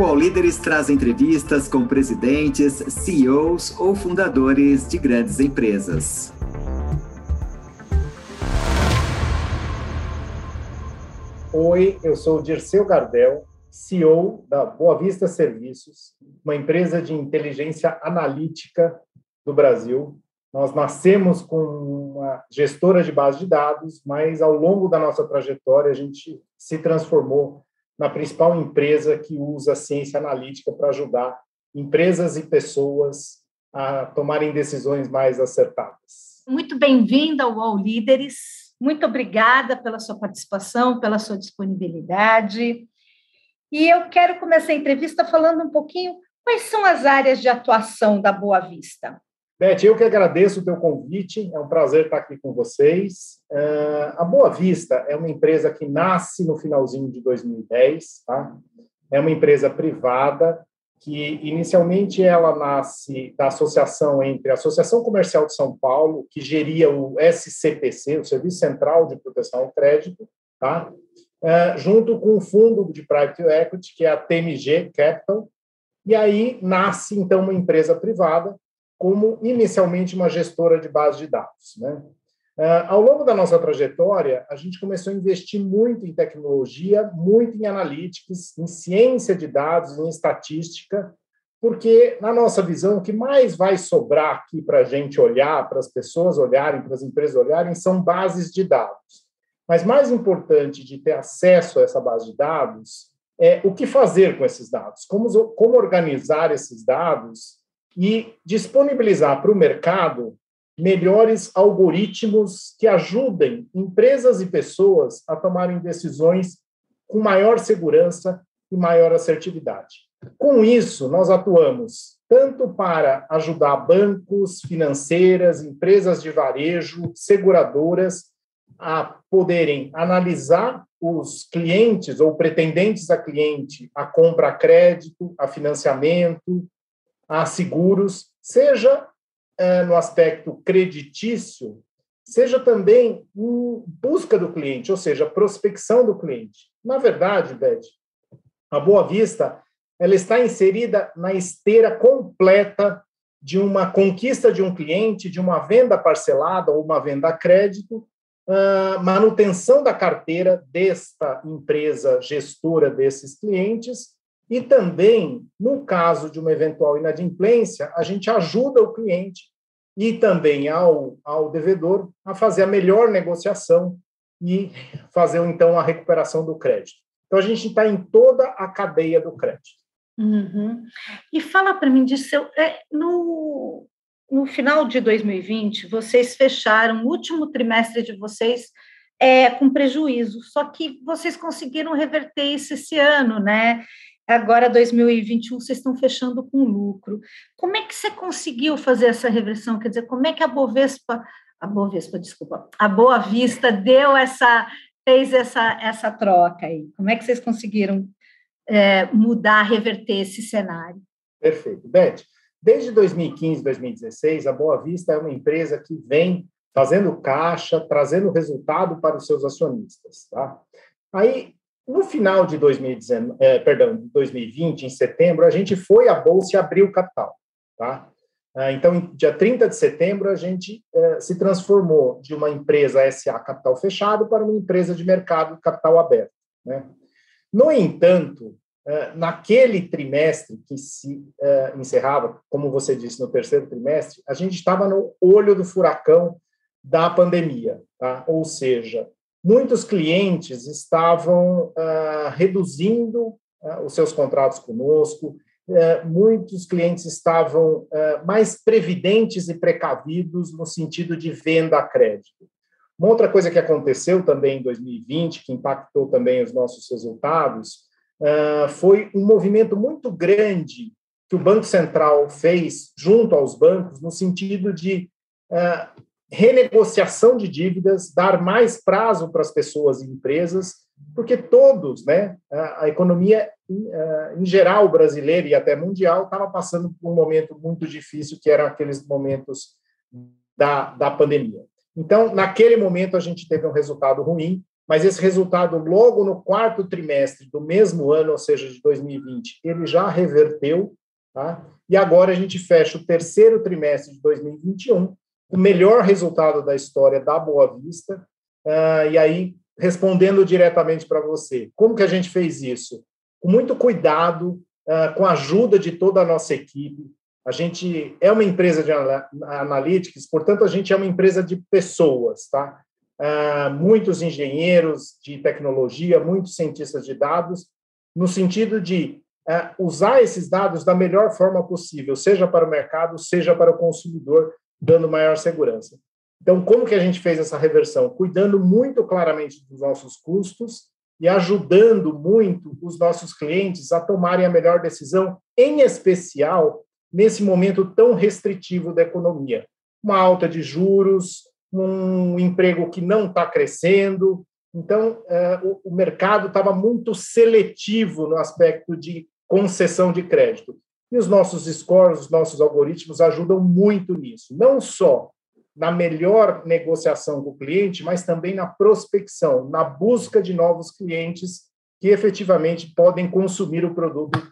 O All Líderes traz entrevistas com presidentes, CEOs ou fundadores de grandes empresas. Oi, eu sou o Dirceu Gardel, CEO da Boa Vista Serviços, uma empresa de inteligência analítica do Brasil. Nós nascemos com uma gestora de base de dados, mas ao longo da nossa trajetória a gente se transformou na principal empresa que usa a ciência analítica para ajudar empresas e pessoas a tomarem decisões mais acertadas. Muito bem-vinda ao All Líderes. Muito obrigada pela sua participação, pela sua disponibilidade. E eu quero começar a entrevista falando um pouquinho quais são as áreas de atuação da Boa Vista. Beth, eu que agradeço o teu convite, é um prazer estar aqui com vocês. A Boa Vista é uma empresa que nasce no finalzinho de 2010, tá? É uma empresa privada que, inicialmente, ela nasce da associação entre a Associação Comercial de São Paulo, que geria o SCPC, o Serviço Central de Proteção ao Crédito, tá? Junto com o fundo de Private Equity, que é a TMG Capital, e aí nasce, então, uma empresa privada, como inicialmente uma gestora de base de dados, né? Ao longo da nossa trajetória, a gente começou a investir muito em tecnologia, muito em analytics, em ciência de dados, em estatística, porque, na nossa visão, o que mais vai sobrar aqui para a gente olhar, para as pessoas olharem, para as empresas olharem, são bases de dados. Mas mais importante de ter acesso a essa base de dados é o que fazer com esses dados, como organizar esses dados e disponibilizar para o mercado melhores algoritmos que ajudem empresas e pessoas a tomarem decisões com maior segurança e maior assertividade. Com isso, nós atuamos tanto para ajudar bancos, financeiras, empresas de varejo, seguradoras a poderem analisar os clientes ou pretendentes a cliente a compra a crédito, a financiamento, a seguros, seja no aspecto creditício, seja também em busca do cliente, ou seja, prospecção do cliente. Na verdade, Beth, a Boa Vista ela está inserida na esteira completa de uma conquista de um cliente, de uma venda parcelada ou uma venda a crédito, manutenção da carteira desta empresa gestora desses clientes. E também, no caso de uma eventual inadimplência, a gente ajuda o cliente e também ao devedor a fazer a melhor negociação e fazer, então, a recuperação do crédito. Então, a gente está em toda a cadeia do crédito. Uhum. E fala para mim disso, no final de 2020, vocês fecharam o último trimestre de vocês com prejuízo, só que vocês conseguiram reverter isso esse ano, né? Agora, 2021, vocês estão fechando com lucro. Como é que você conseguiu fazer essa reversão? Quer dizer, como é que a Boa Vista fez essa troca aí? Como é que vocês conseguiram mudar, reverter esse cenário? Perfeito. Beth, desde 2015, 2016, a Boa Vista é uma empresa que vem fazendo caixa, trazendo resultado para os seus acionistas, tá? Aí, no final de 2020, em setembro, a gente foi à Bolsa e abriu o capital. Tá? Então, dia 30 de setembro, a gente se transformou de uma empresa SA capital fechado para uma empresa de mercado capital aberto. Né? No entanto, naquele trimestre que se encerrava, como você disse, no terceiro trimestre, a gente estava no olho do furacão da pandemia. Tá? Ou seja, muitos clientes estavam reduzindo os seus contratos conosco, muitos clientes estavam mais previdentes e precavidos no sentido de venda a crédito. Uma outra coisa que aconteceu também em 2020, que impactou também os nossos resultados, foi um movimento muito grande que o Banco Central fez junto aos bancos no sentido de renegociação de dívidas, dar mais prazo para as pessoas e empresas, porque todos, né, a economia em geral brasileira e até mundial estava passando por um momento muito difícil, que eram aqueles momentos da pandemia. Então, naquele momento, a gente teve um resultado ruim, mas esse resultado, logo no quarto trimestre do mesmo ano, ou seja, de 2020, ele já reverteu, tá? E agora a gente fecha o terceiro trimestre de 2021, o melhor resultado da história da Boa Vista. E aí, respondendo diretamente para você, como que a gente fez isso? Com muito cuidado, com a ajuda de toda a nossa equipe. A gente é uma empresa de analytics, portanto, a gente é uma empresa de pessoas, tá? Muitos engenheiros de tecnologia, muitos cientistas de dados, no sentido de usar esses dados da melhor forma possível, seja para o mercado, seja para o consumidor, dando maior segurança. Então, como que a gente fez essa reversão? Cuidando muito claramente dos nossos custos e ajudando muito os nossos clientes a tomarem a melhor decisão, em especial nesse momento tão restritivo da economia. Uma alta de juros, um emprego que não está crescendo. Então, o mercado estava muito seletivo no aspecto de concessão de crédito. E os nossos scores, os nossos algoritmos ajudam muito nisso. Não só na melhor negociação com o cliente, mas também na prospecção, na busca de novos clientes que efetivamente podem consumir o produto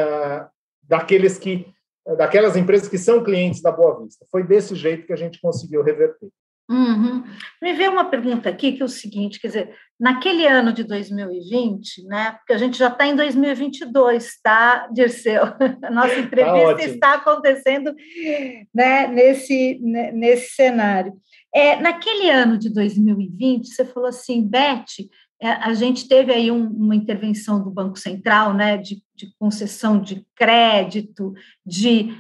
daquelas empresas que são clientes da Boa Vista. Foi desse jeito que a gente conseguiu reverter. Uhum. Me veio uma pergunta aqui, que é o seguinte, quer dizer, naquele ano de 2020, né, porque a gente já está em 2022, tá, Dirceu? A nossa entrevista está acontecendo, né, nesse cenário. Naquele ano de 2020, você falou assim, Beth, a gente teve aí uma intervenção do Banco Central, né, de concessão de crédito, de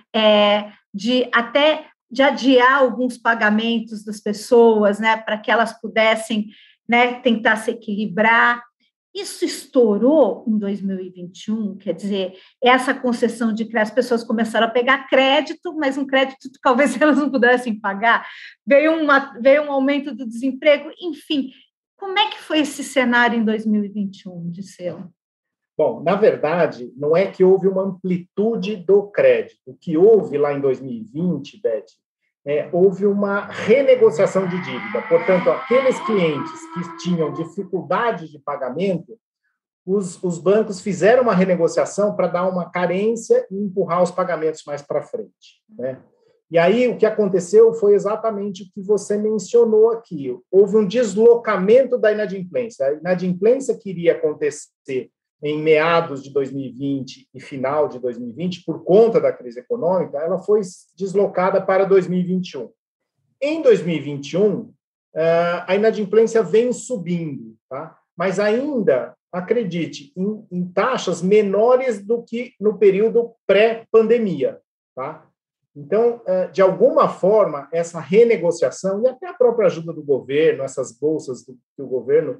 adiar alguns pagamentos das pessoas, né, para que elas pudessem, né, tentar se equilibrar. Isso estourou em 2021, quer dizer, essa concessão de crédito, as pessoas começaram a pegar crédito, mas um crédito que talvez elas não pudessem pagar, veio um aumento do desemprego, enfim. Como é que foi esse cenário em 2021, Dirceu? Bom, na verdade, não é que houve uma amplitude do crédito. O que houve lá em 2020, Beth, houve uma renegociação de dívida. Portanto, aqueles clientes que tinham dificuldade de pagamento, os bancos fizeram uma renegociação para dar uma carência e empurrar os pagamentos mais para frente, né? E aí, o que aconteceu foi exatamente o que você mencionou aqui. Houve um deslocamento da inadimplência. A inadimplência que iria acontecer em meados de 2020 e final de 2020, por conta da crise econômica, ela foi deslocada para 2021. Em 2021, a inadimplência vem subindo, tá? Mas ainda, acredite, em taxas menores do que no período pré-pandemia, tá? Então, de alguma forma, essa renegociação e até a própria ajuda do governo, essas bolsas que o governo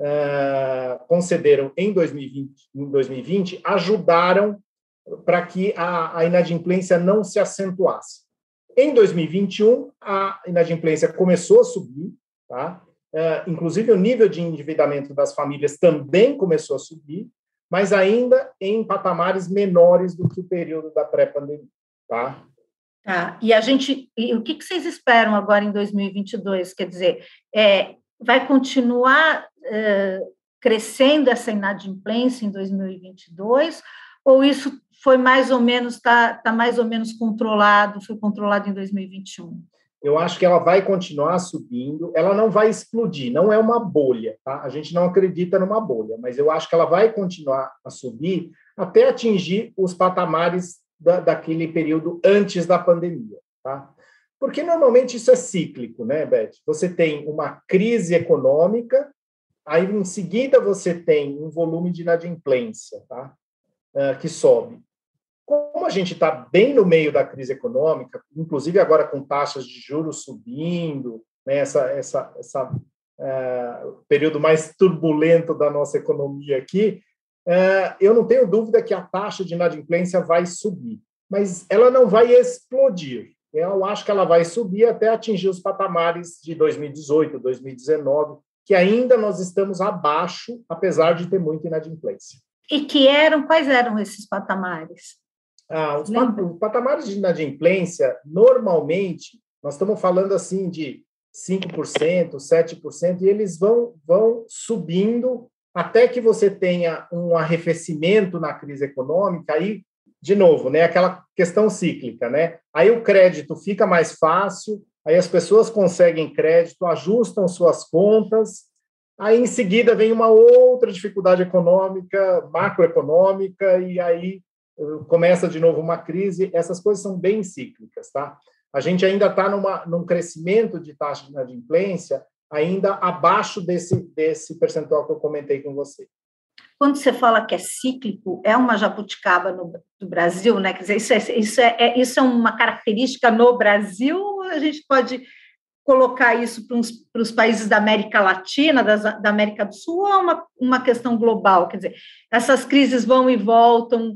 concederam em 2020, ajudaram para que a inadimplência não se acentuasse. Em 2021, a inadimplência começou a subir, tá? Inclusive o nível de endividamento das famílias também começou a subir, mas ainda em patamares menores do que o período da pré-pandemia, tá? Tá. E o que vocês esperam agora em 2022? Quer dizer, vai continuar crescendo essa inadimplência em 2022, ou isso foi mais ou menos, está mais ou menos controlado, foi controlado em 2021? Eu acho que ela vai continuar subindo, ela não vai explodir, não é uma bolha, tá? A gente não acredita numa bolha, mas eu acho que ela vai continuar a subir até atingir os patamares daquele período antes da pandemia, tá? Porque normalmente isso é cíclico, né, Beth? Você tem uma crise econômica, aí em seguida você tem um volume de inadimplência, tá? Que sobe. Como a gente está bem no meio da crise econômica, inclusive agora com taxas de juros subindo, né, essa período mais turbulento da nossa economia aqui, eu não tenho dúvida que a taxa de inadimplência vai subir, mas ela não vai explodir. Eu acho que ela vai subir até atingir os patamares de 2018, 2019, que ainda nós estamos abaixo, apesar de ter muita inadimplência. E quais eram esses patamares? Os patamares de inadimplência, normalmente, nós estamos falando assim de 5%, 7%, e eles vão subindo até que você tenha um arrefecimento na crise econômica, aí, de novo, né, aquela questão cíclica, né? Aí o crédito fica mais fácil, aí as pessoas conseguem crédito, ajustam suas contas, aí em seguida vem uma outra dificuldade econômica, macroeconômica, e aí começa de novo uma crise. Essas coisas são bem cíclicas, tá? A gente ainda está num crescimento de taxa de inadimplência ainda abaixo desse percentual que eu comentei com você. Quando você fala que é cíclico, é uma jabuticaba do Brasil, né? Quer dizer, isso é uma característica no Brasil, ou a gente pode colocar isso para os países da América Latina, da América do Sul, ou é uma questão global? Quer dizer, essas crises vão e voltam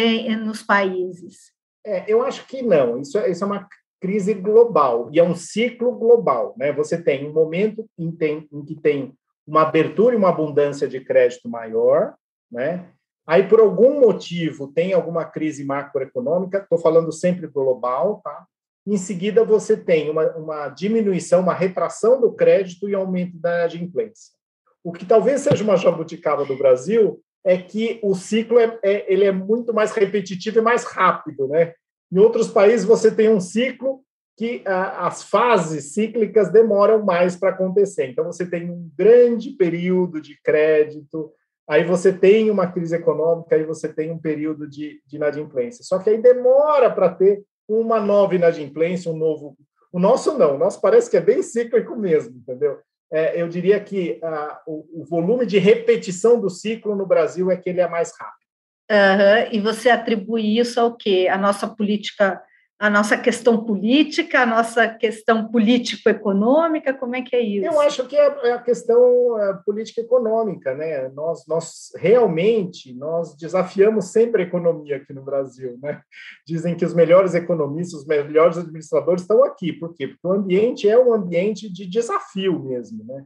nos países? Eu acho que não. Isso é uma crise global, e é um ciclo global, né? Você tem um momento em que tem uma abertura e uma abundância de crédito maior, né? Aí, por algum motivo, tem alguma crise macroeconômica, estou falando sempre global, tá? Em seguida, você tem uma diminuição, uma retração do crédito e aumento da inadimplência. O que talvez seja uma jabuticaba do Brasil é que o ciclo ele é muito mais repetitivo e mais rápido, né? Em outros países, você tem um ciclo que as fases cíclicas demoram mais para acontecer. Então, você tem um grande período de crédito, aí você tem uma crise econômica, aí você tem um período de inadimplência. Só que aí demora para ter uma nova inadimplência, um novo... O nosso não, o nosso parece que é bem cíclico mesmo, entendeu? Eu diria que o volume de repetição do ciclo no Brasil é que ele é mais rápido. Uhum. E você atribui isso ao quê? A nossa política, a nossa questão política, a nossa questão político-econômica, como é que é isso? Eu acho que é a questão política econômica, né? Nós realmente desafiamos sempre a economia aqui no Brasil, né? Dizem que os melhores economistas, os melhores administradores estão aqui. Por quê? Porque o ambiente é um ambiente de desafio mesmo, né?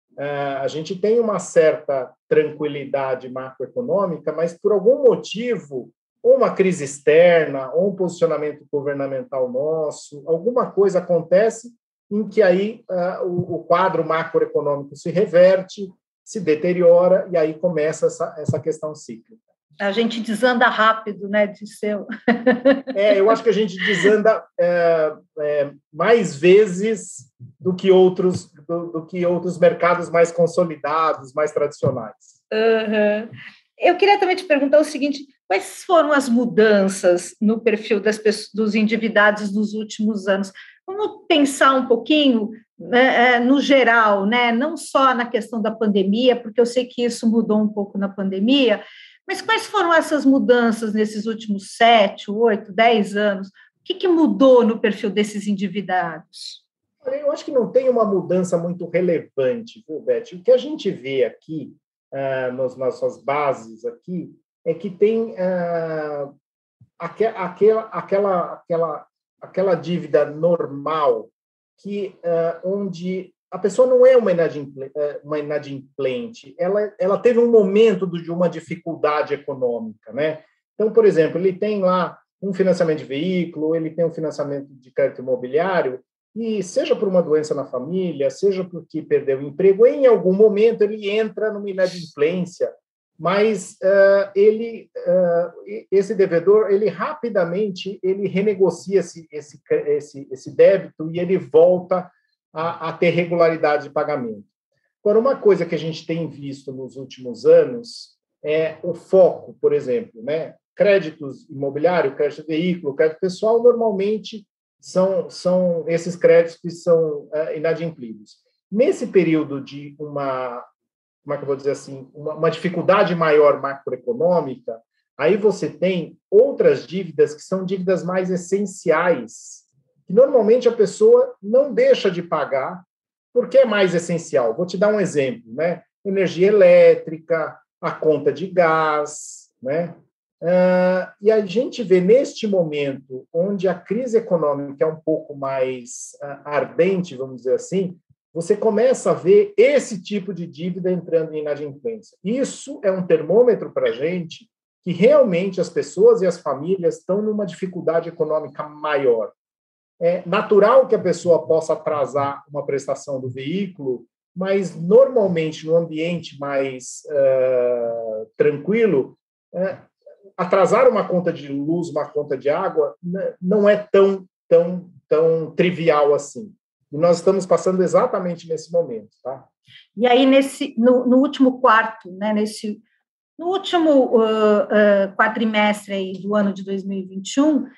A gente tem uma certa tranquilidade macroeconômica, mas por algum motivo, ou uma crise externa, ou um posicionamento governamental nosso, alguma coisa acontece em que aí o quadro macroeconômico se reverte, se deteriora, e aí começa essa questão cíclica. A gente desanda rápido, né, Disseu? Eu acho que a gente desanda mais vezes do que outros mercados mais consolidados, mais tradicionais. Uhum. Eu queria também te perguntar o seguinte: quais foram as mudanças no perfil dos endividados nos últimos anos? Vamos pensar um pouquinho, no geral, né? Não só na questão da pandemia, porque eu sei que isso mudou um pouco na pandemia, mas quais foram essas mudanças nesses últimos 7, 8, 10 anos? O que mudou no perfil desses endividados? Eu acho que não tem uma mudança muito relevante, viu, Beth? O que a gente vê aqui, nas nossas bases aqui, é que tem aquela dívida normal onde a pessoa não é uma inadimplente, ela teve um momento de uma dificuldade econômica, né? Então, por exemplo, ele tem lá um financiamento de veículo, ele tem um financiamento de crédito imobiliário, e seja por uma doença na família, seja porque perdeu o emprego, em algum momento ele entra numa inadimplência, mas esse devedor, ele rapidamente ele renegocia esse débito e ele volta a ter regularidade de pagamento. Agora, uma coisa que a gente tem visto nos últimos anos é o foco, por exemplo, né? Créditos imobiliário, crédito de veículo, crédito pessoal, normalmente são esses créditos que são inadimplidos. Nesse período de como é que eu vou dizer assim, uma dificuldade maior macroeconômica, aí você tem outras dívidas que são dívidas mais essenciais, que normalmente a pessoa não deixa de pagar porque é mais essencial. Vou te dar um exemplo, né? Energia elétrica, a conta de gás, né? E a gente vê neste momento, onde a crise econômica é um pouco mais ardente, vamos dizer assim, você começa a ver esse tipo de dívida entrando em inadimplência. Isso é um termômetro para a gente que realmente as pessoas e as famílias estão numa dificuldade econômica maior. É natural que a pessoa possa atrasar uma prestação do veículo, mas normalmente no ambiente mais tranquilo, atrasar uma conta de luz, uma conta de água, não é tão trivial assim. E nós estamos passando exatamente nesse momento, tá? E aí, no último quarto, né, no último quadrimestre aí do ano de 2021,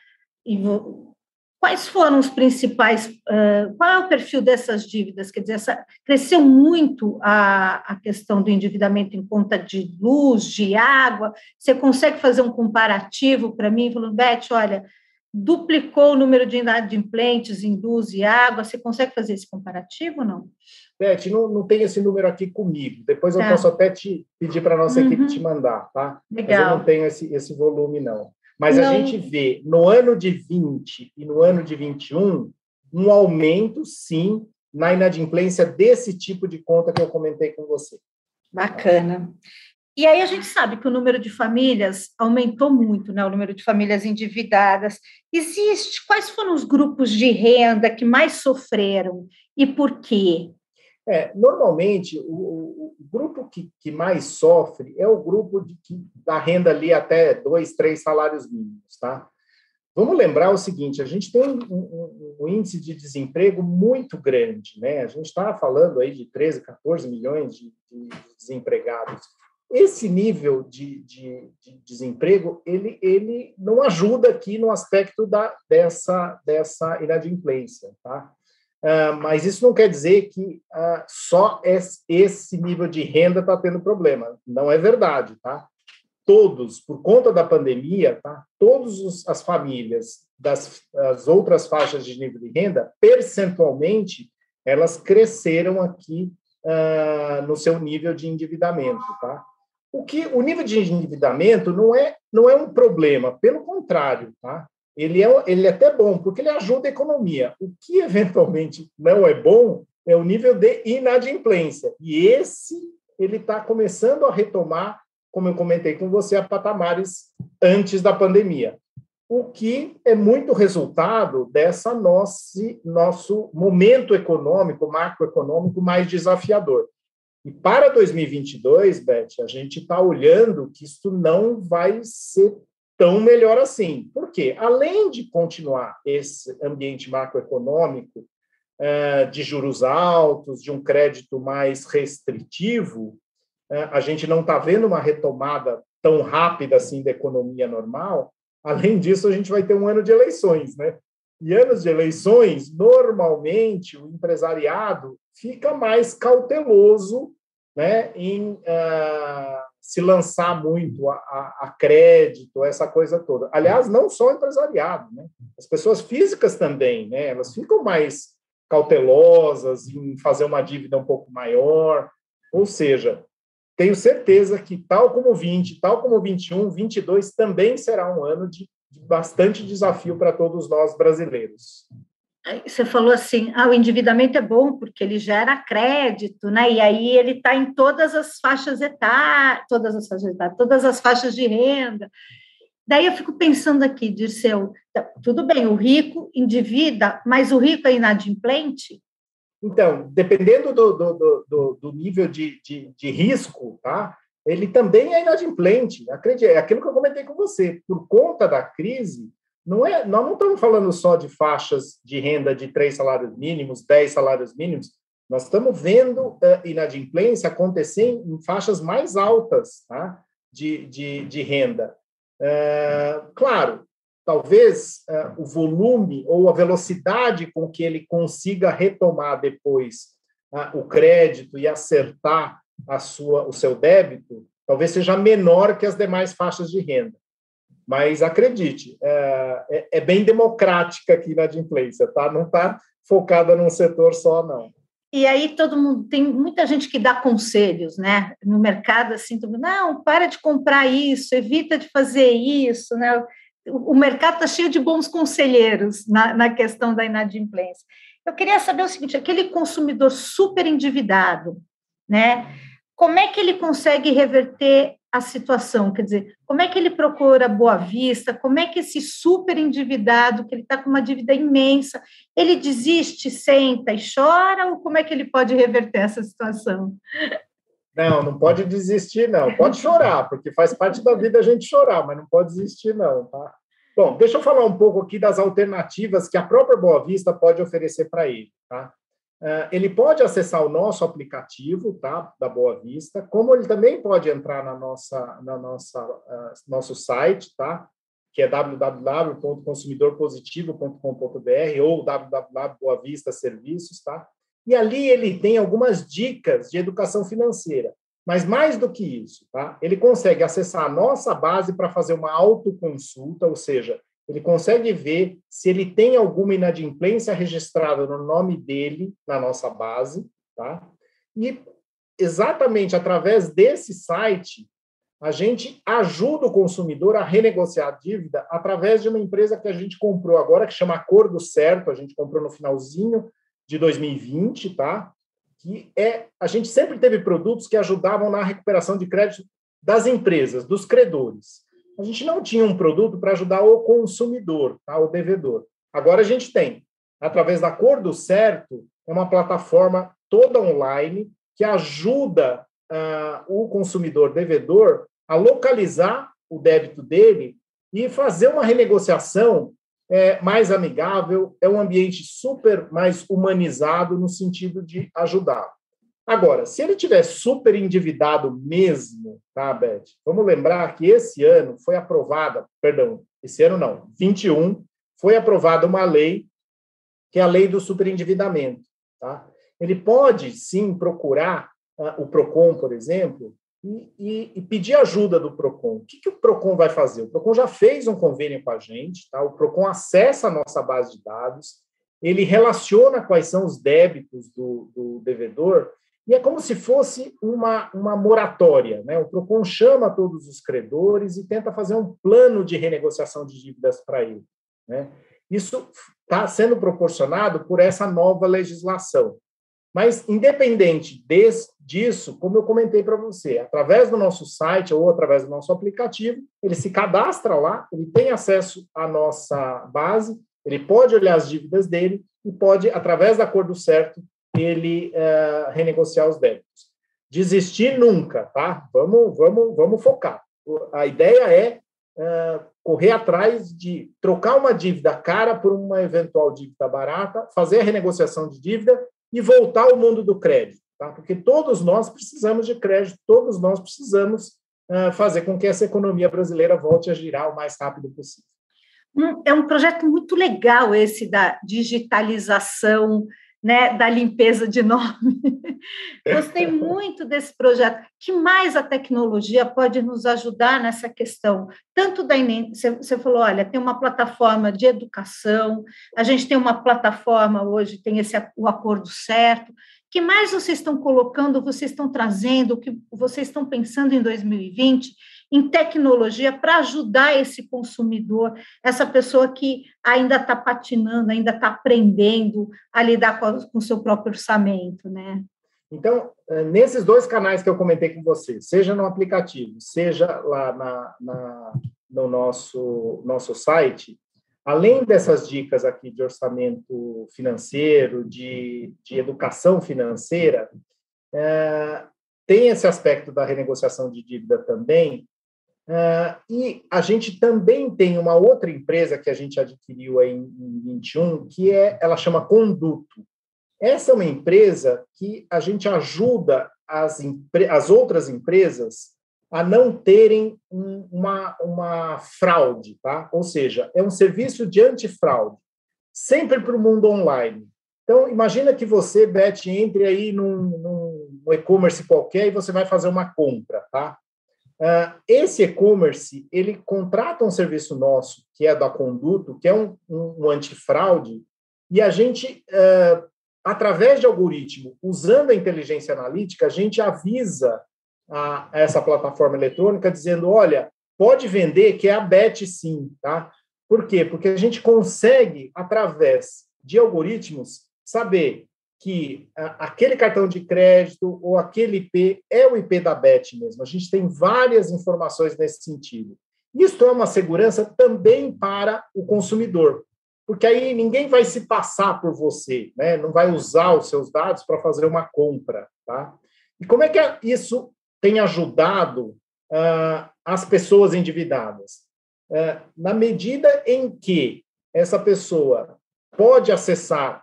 quais foram os principais, qual é o perfil dessas dívidas? Quer dizer, cresceu muito a questão do endividamento em conta de luz, de água. Você consegue fazer um comparativo para mim, falando, Beth, olha, duplicou o número de inadimplentes em luz e água. Você consegue fazer esse comparativo ou não? Beth, não tem esse número aqui comigo. Depois eu posso até te pedir para a nossa equipe te mandar, tá? Legal. Mas eu não tenho esse volume, não. Mas a gente vê, no ano de 20 e no ano de 21, um aumento, sim, na inadimplência desse tipo de conta que eu comentei com você. Bacana. E aí a gente sabe que o número de famílias aumentou muito, né? O número de famílias endividadas. Quais foram os grupos de renda que mais sofreram e por quê? Normalmente, o grupo que mais sofre é o grupo da renda ali até 2, 3 salários mínimos, tá? Vamos lembrar o seguinte, a gente tem um índice de desemprego muito grande, né? A gente está falando aí de 13, 14 milhões de desempregados. Esse nível de desemprego, ele não ajuda aqui no aspecto dessa inadimplência, tá? Mas isso não quer dizer que só esse nível de renda está tendo problema. Não é verdade, tá? Todos, por conta da pandemia, tá? Todas as famílias das outras faixas de nível de renda, percentualmente, elas cresceram aqui no seu nível de endividamento, tá? O nível de endividamento não é um problema, pelo contrário, tá? Ele é até bom, porque ele ajuda a economia. O que, eventualmente, não é bom é o nível de inadimplência. E ele está começando a retomar, como eu comentei com você, a patamares antes da pandemia. O que é muito resultado dessa nosso momento econômico, macroeconômico mais desafiador. E para 2022, Beth, a gente está olhando que isso não vai ser tão melhor assim. Por quê? Além de continuar esse ambiente macroeconômico de juros altos, de um crédito mais restritivo, a gente não está vendo uma retomada tão rápida assim da economia normal. Além disso, a gente vai ter um ano de eleições, né? E anos de eleições, normalmente, o empresariado fica mais cauteloso, né, em se lançar muito a crédito, essa coisa toda. Aliás, não só o empresariado, né? As pessoas físicas também, né? Elas ficam mais cautelosas em fazer uma dívida um pouco maior. Ou seja, tenho certeza que, tal como 20, tal como 21, 22 também será um ano de bastante desafio para todos nós brasileiros. Você falou assim, o endividamento é bom porque ele gera crédito, né? E aí ele está em todas as faixas etárias, todas as faixas de renda. Daí eu fico pensando aqui, Dirceu, tudo bem, o rico endivida, mas o rico é inadimplente? Então, dependendo do nível de risco, tá? Ele também é inadimplente. Acredite, é aquilo que eu comentei com você. Por conta da crise, nós não estamos falando só de faixas de renda de 3 salários mínimos, 10 salários mínimos, nós estamos vendo inadimplência acontecer em faixas mais altas, tá? de renda. Claro, talvez o volume ou a velocidade com que ele consiga retomar depois o crédito e acertar o seu débito, talvez seja menor que as demais faixas de renda. Mas, acredite, é bem democrática aqui na inadimplência, tá? Não está focada num setor só, não. E aí todo mundo, tem muita gente que dá conselhos, né? No mercado, assim, todo mundo, não, para de comprar isso, evita de fazer isso, né? O mercado está cheio de bons conselheiros na questão da inadimplência. Eu queria saber o seguinte, aquele consumidor super endividado, né? Como é que ele consegue reverter a situação? Quer dizer, como é que ele procura a Boa Vista? Como é que esse super endividado, que ele está com uma dívida imensa, ele desiste, senta e chora, ou como é que ele pode reverter essa situação? Não, não pode desistir, não. Pode chorar, porque faz parte da vida a gente chorar, mas não pode desistir, não, tá? Bom, deixa eu falar um pouco aqui das alternativas que a própria Boa Vista pode oferecer para ele, tá? Ele pode acessar o nosso aplicativo, tá, da Boa Vista, como ele também pode entrar nosso site, tá, que é www.consumidorpositivo.com.br ou www.boavistaserviços, tá? E ali ele tem algumas dicas de educação financeira. Mas mais do que isso, tá? Ele consegue acessar a nossa base para fazer uma autoconsulta, ou seja, ele consegue ver se ele tem alguma inadimplência registrada no nome dele na nossa base, tá? E exatamente através desse site, a gente ajuda o consumidor a renegociar a dívida através de uma empresa que a gente comprou agora, que chama Acordo Certo, a gente comprou no finalzinho de 2020, tá? A gente sempre teve produtos que ajudavam na recuperação de crédito das empresas, dos credores. A gente não tinha um produto para ajudar o consumidor, tá? O devedor. Agora a gente tem, através da Acordo Certo, é uma plataforma toda online que ajuda o consumidor devedor a localizar o débito dele e fazer uma renegociação mais amigável, é um ambiente super mais humanizado no sentido de ajudar. Agora, se ele tiver super endividado mesmo, tá, Beth? Vamos lembrar que esse ano foi aprovada, perdão, esse ano não, 21, foi aprovada uma lei, que é a lei do superendividamento, tá? Ele pode, sim, procurar o PROCON, por exemplo, e pedir ajuda do PROCON. O que o PROCON vai fazer? O PROCON já fez um convênio com a gente, tá? O PROCON acessa a nossa base de dados, ele relaciona quais são os débitos do devedor, e é como se fosse uma moratória, né? O PROCON chama todos os credores e tenta fazer um plano de renegociação de dívidas para ele, né? Isso está sendo proporcionado por essa nova legislação. Mas, independente disso, como eu comentei para você, através do nosso site ou através do nosso aplicativo, ele se cadastra lá, ele tem acesso à nossa base, ele pode olhar as dívidas dele e pode, através da Acordo Certo, ele renegociar os débitos. Desistir nunca, tá? Vamos focar. A ideia é correr atrás de trocar uma dívida cara por uma eventual dívida barata, fazer a renegociação de dívida e voltar ao mundo do crédito, tá? Porque todos nós precisamos de crédito, todos nós precisamos fazer com que essa economia brasileira volte a girar o mais rápido possível. É um projeto muito legal esse da digitalização, né, da limpeza de nome. Gostei muito desse projeto. Que mais a tecnologia pode nos ajudar nessa questão? Tanto você falou, olha, tem uma plataforma de educação, a gente tem uma plataforma hoje, tem o Acordo Certo. Que mais vocês estão colocando, vocês estão trazendo, o que vocês estão pensando em 2020 em tecnologia para ajudar esse consumidor, essa pessoa que ainda está patinando, ainda está aprendendo a lidar com o seu próprio orçamento, né? Então, nesses dois canais que eu comentei com você, seja no aplicativo, seja lá no nosso site, além dessas dicas aqui de orçamento financeiro, de educação financeira, tem esse aspecto da renegociação de dívida também, e a gente também tem uma outra empresa que a gente adquiriu aí em 21, que ela chama Conduto. Essa é uma empresa que a gente ajuda as outras empresas a não terem uma fraude, tá? Ou seja, é um serviço de antifraude, sempre para o mundo online. Então, imagina que você, Beth, entre aí num e-commerce qualquer e você vai fazer uma compra, tá? Esse e-commerce, ele contrata um serviço nosso, que é da Conduto, que é um antifraude, e a gente, através de algoritmo, usando a inteligência analítica, a gente avisa a essa plataforma eletrônica dizendo, olha, pode vender, que é a Beth sim, tá? Por quê? Porque a gente consegue, através de algoritmos, saber que aquele cartão de crédito ou aquele IP é o IP da Bet mesmo. A gente tem várias informações nesse sentido. Isso é uma segurança também para o consumidor, porque aí ninguém vai se passar por você, né? Não vai usar os seus dados para fazer uma compra. Tá? E como é que isso tem ajudado as pessoas endividadas? Na medida em que essa pessoa pode acessar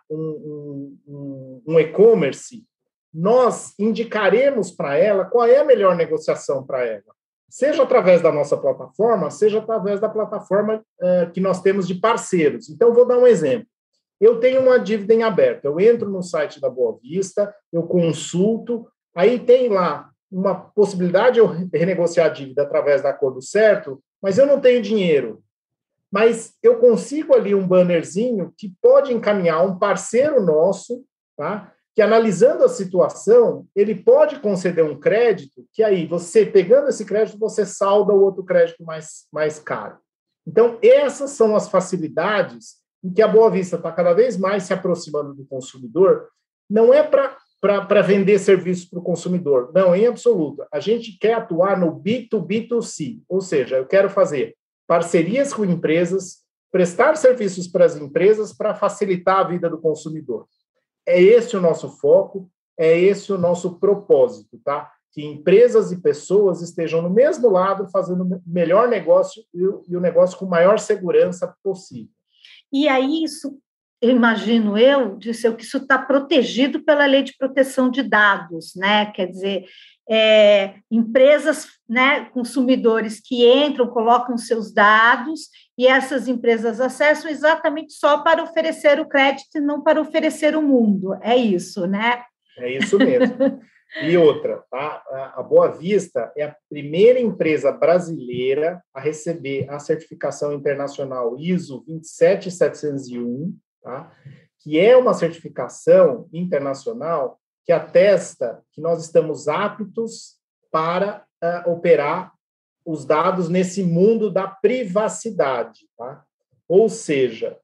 um e-commerce, nós indicaremos para ela qual é a melhor negociação para ela, seja através da nossa plataforma, seja através da plataforma que nós temos de parceiros. Então, vou dar um exemplo. Eu tenho uma dívida em aberto, eu entro no site da Boa Vista, eu consulto, aí tem lá uma possibilidade de eu renegociar a dívida através da acordo certo, mas eu não tenho dinheiro. Mas eu consigo ali um bannerzinho que pode encaminhar um parceiro nosso, tá? Que analisando a situação, ele pode conceder um crédito, que aí você, pegando esse crédito, você salda o outro crédito mais caro. Então, essas são as facilidades em que a Boa Vista está cada vez mais se aproximando do consumidor. Não é para vender serviços para o consumidor, não, em absoluto. A gente quer atuar no B2B2C, ou seja, eu quero fazer parcerias com empresas, prestar serviços para as empresas para facilitar a vida do consumidor. É esse o nosso foco, é esse o nosso propósito, tá? Que empresas e pessoas estejam no mesmo lado, fazendo o melhor negócio e o negócio com maior segurança possível. E aí isso, imagino que isso está protegido pela Lei de Proteção de Dados, né? Quer dizer, empresas, né, consumidores que entram, colocam seus dados e essas empresas acessam exatamente só para oferecer o crédito e não para oferecer o mundo. É isso, né? É isso mesmo. E outra, tá? A Boa Vista é a primeira empresa brasileira a receber a certificação internacional ISO 27701, tá? Que é uma certificação internacional que atesta que nós estamos aptos para operar os dados nesse mundo da privacidade. Tá? Ou seja,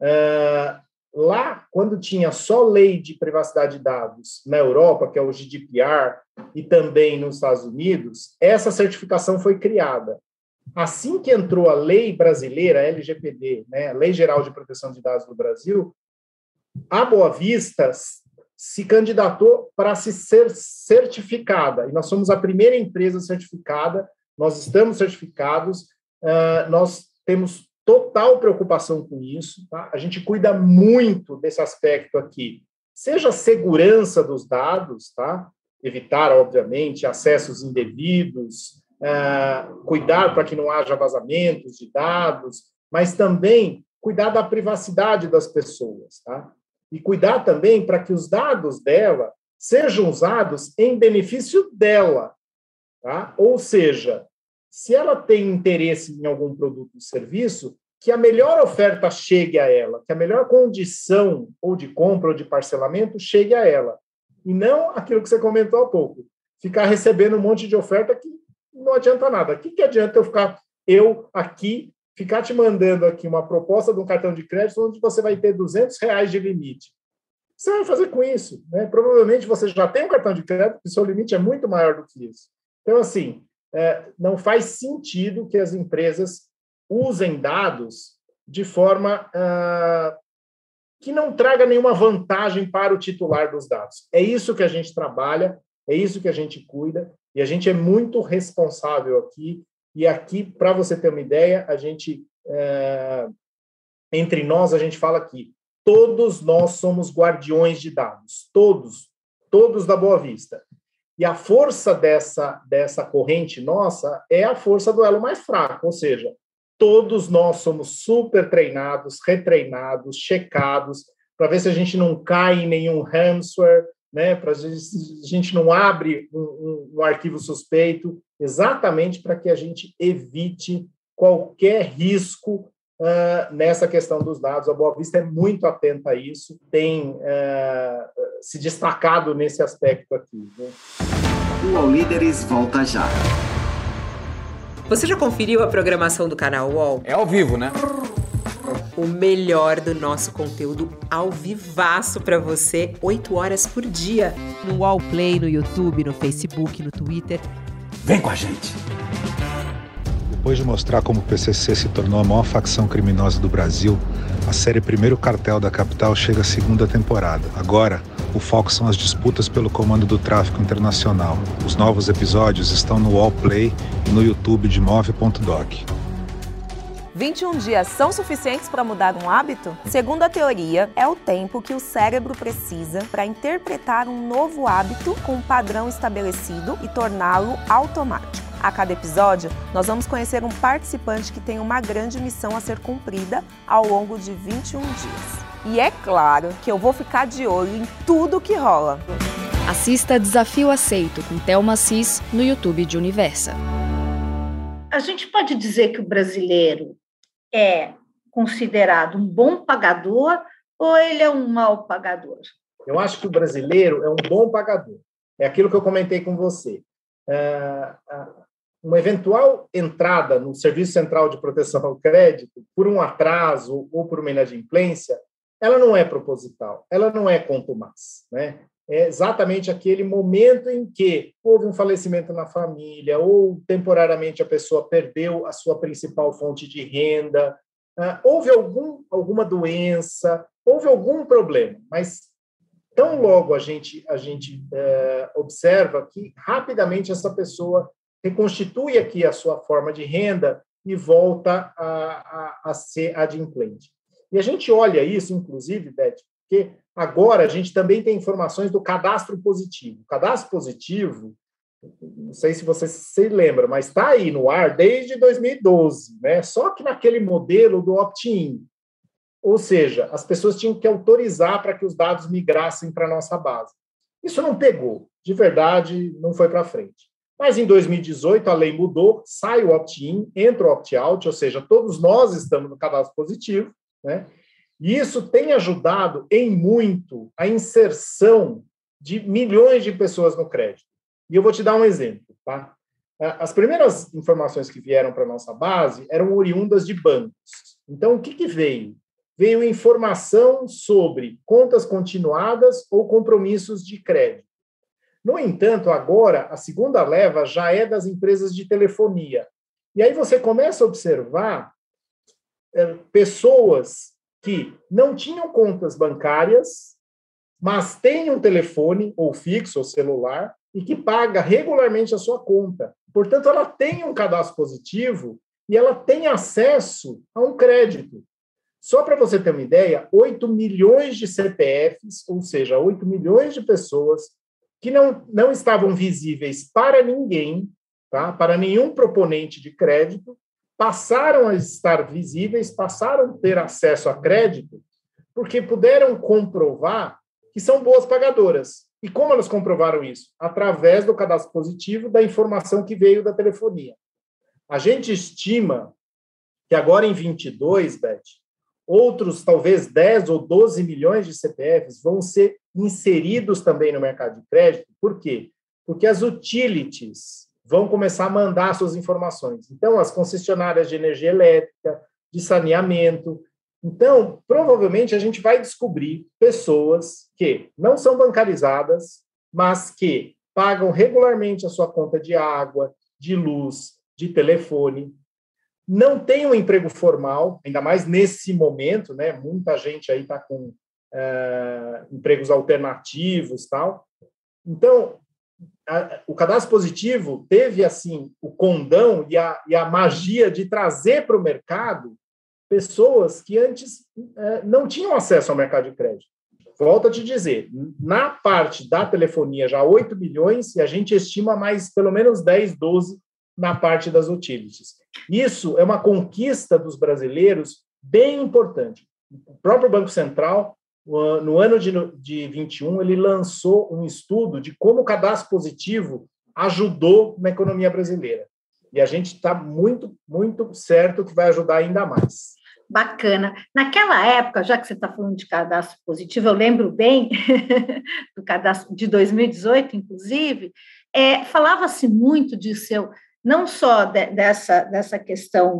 lá, quando tinha só lei de privacidade de dados na Europa, que é o GDPR, e também nos Estados Unidos, essa certificação foi criada. Assim que entrou a lei brasileira, a LGPD, né, a Lei Geral de Proteção de Dados do Brasil, a Boa Vista se candidatou para se ser certificada, e nós somos a primeira empresa certificada, nós estamos certificados, nós temos total preocupação com isso, tá? A gente cuida muito desse aspecto aqui, seja a segurança dos dados, tá? Evitar, obviamente, acessos indevidos, cuidar para que não haja vazamentos de dados, mas também cuidar da privacidade das pessoas, tá? E cuidar também para que os dados dela sejam usados em benefício dela, tá? Ou seja, se ela tem interesse em algum produto ou serviço, que a melhor oferta chegue a ela, que a melhor condição ou de compra ou de parcelamento chegue a ela. E não aquilo que você comentou há pouco, ficar recebendo um monte de oferta que não adianta nada. O que adianta eu ficar te mandando aqui uma proposta de um cartão de crédito onde você vai ter R$200 de limite? O que você vai fazer com isso? Né? Provavelmente você já tem um cartão de crédito e seu limite é muito maior do que isso. Então, assim, não faz sentido que as empresas usem dados de forma que não traga nenhuma vantagem para o titular dos dados. É isso que a gente trabalha, é isso que a gente cuida, e a gente é muito responsável aqui. E aqui, para você ter uma ideia, a gente, entre nós, a gente fala que todos nós somos guardiões de dados, todos da Boa Vista. E a força dessa corrente nossa é a força do elo mais fraco, ou seja, todos nós somos super treinados, retreinados, checados, para ver se a gente não cai em nenhum ransomware, né, para a gente não abre um arquivo suspeito, exatamente para que a gente evite qualquer risco nessa questão dos dados. A Boa Vista é muito atenta a isso, tem se destacado nesse aspecto aqui. Né? O All Líderes volta já. Você já conferiu a programação do canal UOL? É ao vivo, né? o melhor do nosso conteúdo ao vivaço para você, 8 horas por dia. No Wallplay, no YouTube, no Facebook, no Twitter. Vem com a gente! Depois de mostrar como o PCC se tornou a maior facção criminosa do Brasil, a série Primeiro Cartel da Capital chega à segunda temporada. Agora, o foco são as disputas pelo comando do tráfico internacional. Os novos episódios estão no Wallplay e no YouTube de Move.doc. 21 dias são suficientes para mudar um hábito? Segundo a teoria, é o tempo que o cérebro precisa para interpretar um novo hábito com um padrão estabelecido e torná-lo automático. A cada episódio, nós vamos conhecer um participante que tem uma grande missão a ser cumprida ao longo de 21 dias. E é claro que eu vou ficar de olho em tudo que rola. Assista Desafio Aceito com Thelma Assis no YouTube de Universa. A gente pode dizer que o brasileiro é considerado um bom pagador ou ele é um mau pagador? Eu acho que o brasileiro é um bom pagador. É aquilo que eu comentei com você. Uma eventual entrada no Serviço Central de Proteção ao Crédito, por um atraso ou por uma inadimplência, ela não é proposital, ela não é contumaz, né? É exatamente aquele momento em que houve um falecimento na família ou temporariamente a pessoa perdeu a sua principal fonte de renda, houve alguma doença, houve algum problema, mas tão logo a gente observa que rapidamente essa pessoa reconstitui aqui a sua forma de renda e volta a ser adimplente. E a gente olha isso, inclusive, Beth, porque agora a gente também tem informações do cadastro positivo. O cadastro positivo, não sei se você se lembra, mas está aí no ar desde 2012, né? Só que naquele modelo do opt-in. Ou seja, as pessoas tinham que autorizar para que os dados migrassem para a nossa base. Isso não pegou, de verdade, não foi para frente. Mas em 2018 a lei mudou, sai o opt-in, entra o opt-out, ou seja, todos nós estamos no cadastro positivo, né? E isso tem ajudado em muito a inserção de milhões de pessoas no crédito. E eu vou te dar um exemplo, tá? As primeiras informações que vieram para a nossa base eram oriundas de bancos. Então, o que veio? Veio informação sobre contas continuadas ou compromissos de crédito. No entanto, agora, a segunda leva já é das empresas de telefonia. E aí você começa a observar pessoas que não tinham contas bancárias, mas têm um telefone, ou fixo, ou celular, e que paga regularmente a sua conta. Portanto, ela tem um cadastro positivo e ela tem acesso a um crédito. Só para você ter uma ideia, 8 milhões de CPFs, ou seja, 8 milhões de pessoas que não estavam visíveis para ninguém, tá? Para nenhum proponente de crédito, passaram a estar visíveis, passaram a ter acesso a crédito, porque puderam comprovar que são boas pagadoras. E como elas comprovaram isso? Através do cadastro positivo da informação que veio da telefonia. A gente estima que agora em 22, Beth, outros talvez 10 ou 12 milhões de CPFs vão ser inseridos também no mercado de crédito. Por quê? Porque as utilities vão começar a mandar suas informações. Então, as concessionárias de energia elétrica, de saneamento. Então, provavelmente, a gente vai descobrir pessoas que não são bancarizadas, mas que pagam regularmente a sua conta de água, de luz, de telefone, não têm um emprego formal, ainda mais nesse momento, né? Muita gente aí está com empregos alternativos, tal. Então, o cadastro positivo teve, assim, o condão e a magia de trazer para o mercado pessoas que antes não tinham acesso ao mercado de crédito. Volto a te dizer, na parte da telefonia, já 8 bilhões, e a gente estima mais pelo menos 10, 12 na parte das utilities. Isso é uma conquista dos brasileiros bem importante. O próprio Banco Central, no ano de 21, ele lançou um estudo de como o cadastro positivo ajudou na economia brasileira. E a gente está muito, muito certo que vai ajudar ainda mais. Bacana. Naquela época, já que você está falando de cadastro positivo, eu lembro bem do cadastro de 2018, inclusive, falava-se muito disso, não só dessa questão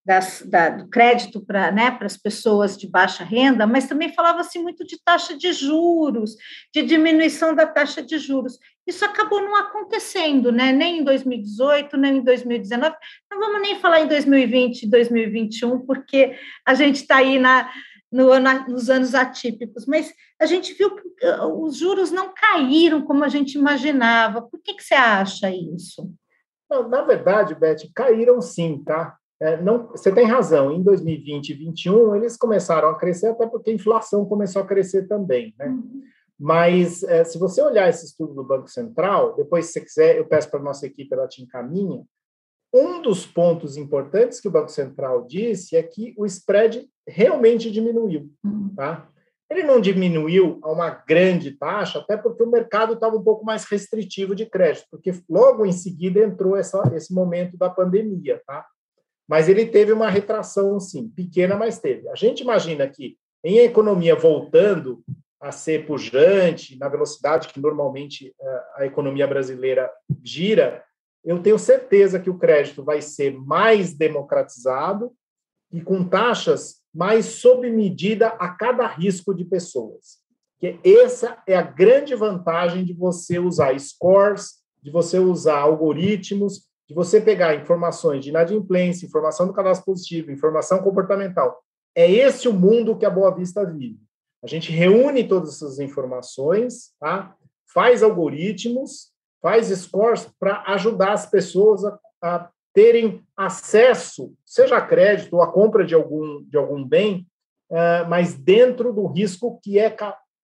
do crédito para, né, para as pessoas de baixa renda, mas também falava-se muito de taxa de juros, de diminuição da taxa de juros. Isso acabou não acontecendo, né? Nem em 2018, nem em 2019. Não vamos nem falar em 2020 e 2021, porque a gente está aí nos anos atípicos, mas a gente viu que os juros não caíram como a gente imaginava. Por que você acha isso? Não, na verdade, Beth, caíram sim, tá? Não, você tem razão, em 2020 e 2021 eles começaram a crescer, até porque a inflação começou a crescer também, né? Mas se você olhar esse estudo do Banco Central, depois, se você quiser, eu peço para a nossa equipe, ela te encaminha, um dos pontos importantes que o Banco Central disse é que o spread realmente diminuiu, tá? Ele não diminuiu a uma grande taxa, até porque o mercado estava um pouco mais restritivo de crédito, porque logo em seguida entrou esse momento da pandemia, tá? Mas ele teve uma retração, sim, pequena, mas teve. A gente imagina que, em economia voltando a ser pujante, na velocidade que normalmente a economia brasileira gira, eu tenho certeza que o crédito vai ser mais democratizado e com taxas mais sob medida a cada risco de pessoas. Que essa é a grande vantagem de você usar scores, de você usar algoritmos, de você pegar informações de inadimplência, informação do cadastro positivo, informação comportamental. É esse o mundo que a Boa Vista vive. A gente reúne todas essas informações, tá? Faz algoritmos, faz scores para ajudar as pessoas a terem acesso, seja a crédito ou a compra de algum bem, mas dentro do risco que é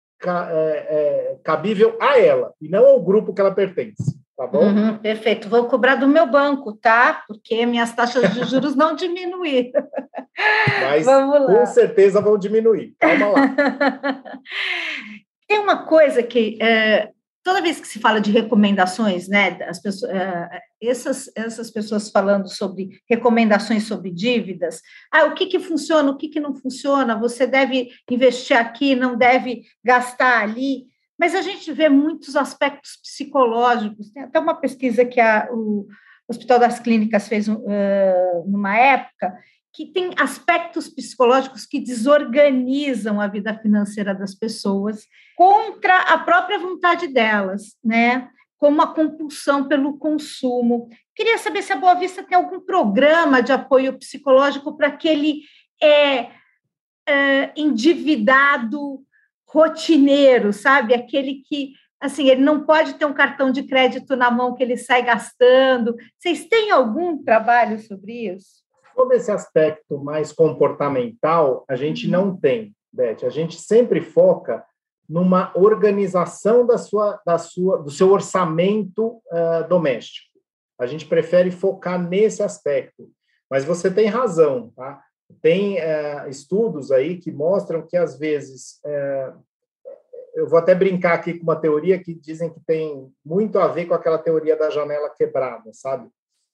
cabível a ela, e não ao grupo que ela pertence. Tá bom? Perfeito. Vou cobrar do meu banco, tá? Porque minhas taxas de juros não diminuíram. Mas com certeza vão diminuir. Calma lá. Tem uma coisa que toda vez que se fala de recomendações, né, as pessoas, essas pessoas falando sobre recomendações sobre dívidas, o que funciona, o que não funciona, você deve investir aqui, não deve gastar ali. Mas a gente vê muitos aspectos psicológicos. Tem até uma pesquisa que o Hospital das Clínicas fez numa época, que tem aspectos psicológicos que desorganizam a vida financeira das pessoas contra a própria vontade delas, né? Como a compulsão pelo consumo. Queria saber se a Boa Vista tem algum programa de apoio psicológico para aquele endividado rotineiro, sabe? Aquele que, assim, ele não pode ter um cartão de crédito na mão que ele sai gastando. Vocês têm algum trabalho sobre isso? Sobre esse aspecto mais comportamental, a gente não tem, Beth. A gente sempre foca numa organização do seu orçamento doméstico. A gente prefere focar nesse aspecto. Mas você tem razão, tá? Tem estudos aí que mostram que, às vezes, eu vou até brincar aqui com uma teoria que dizem que tem muito a ver com aquela teoria da janela quebrada, sabe?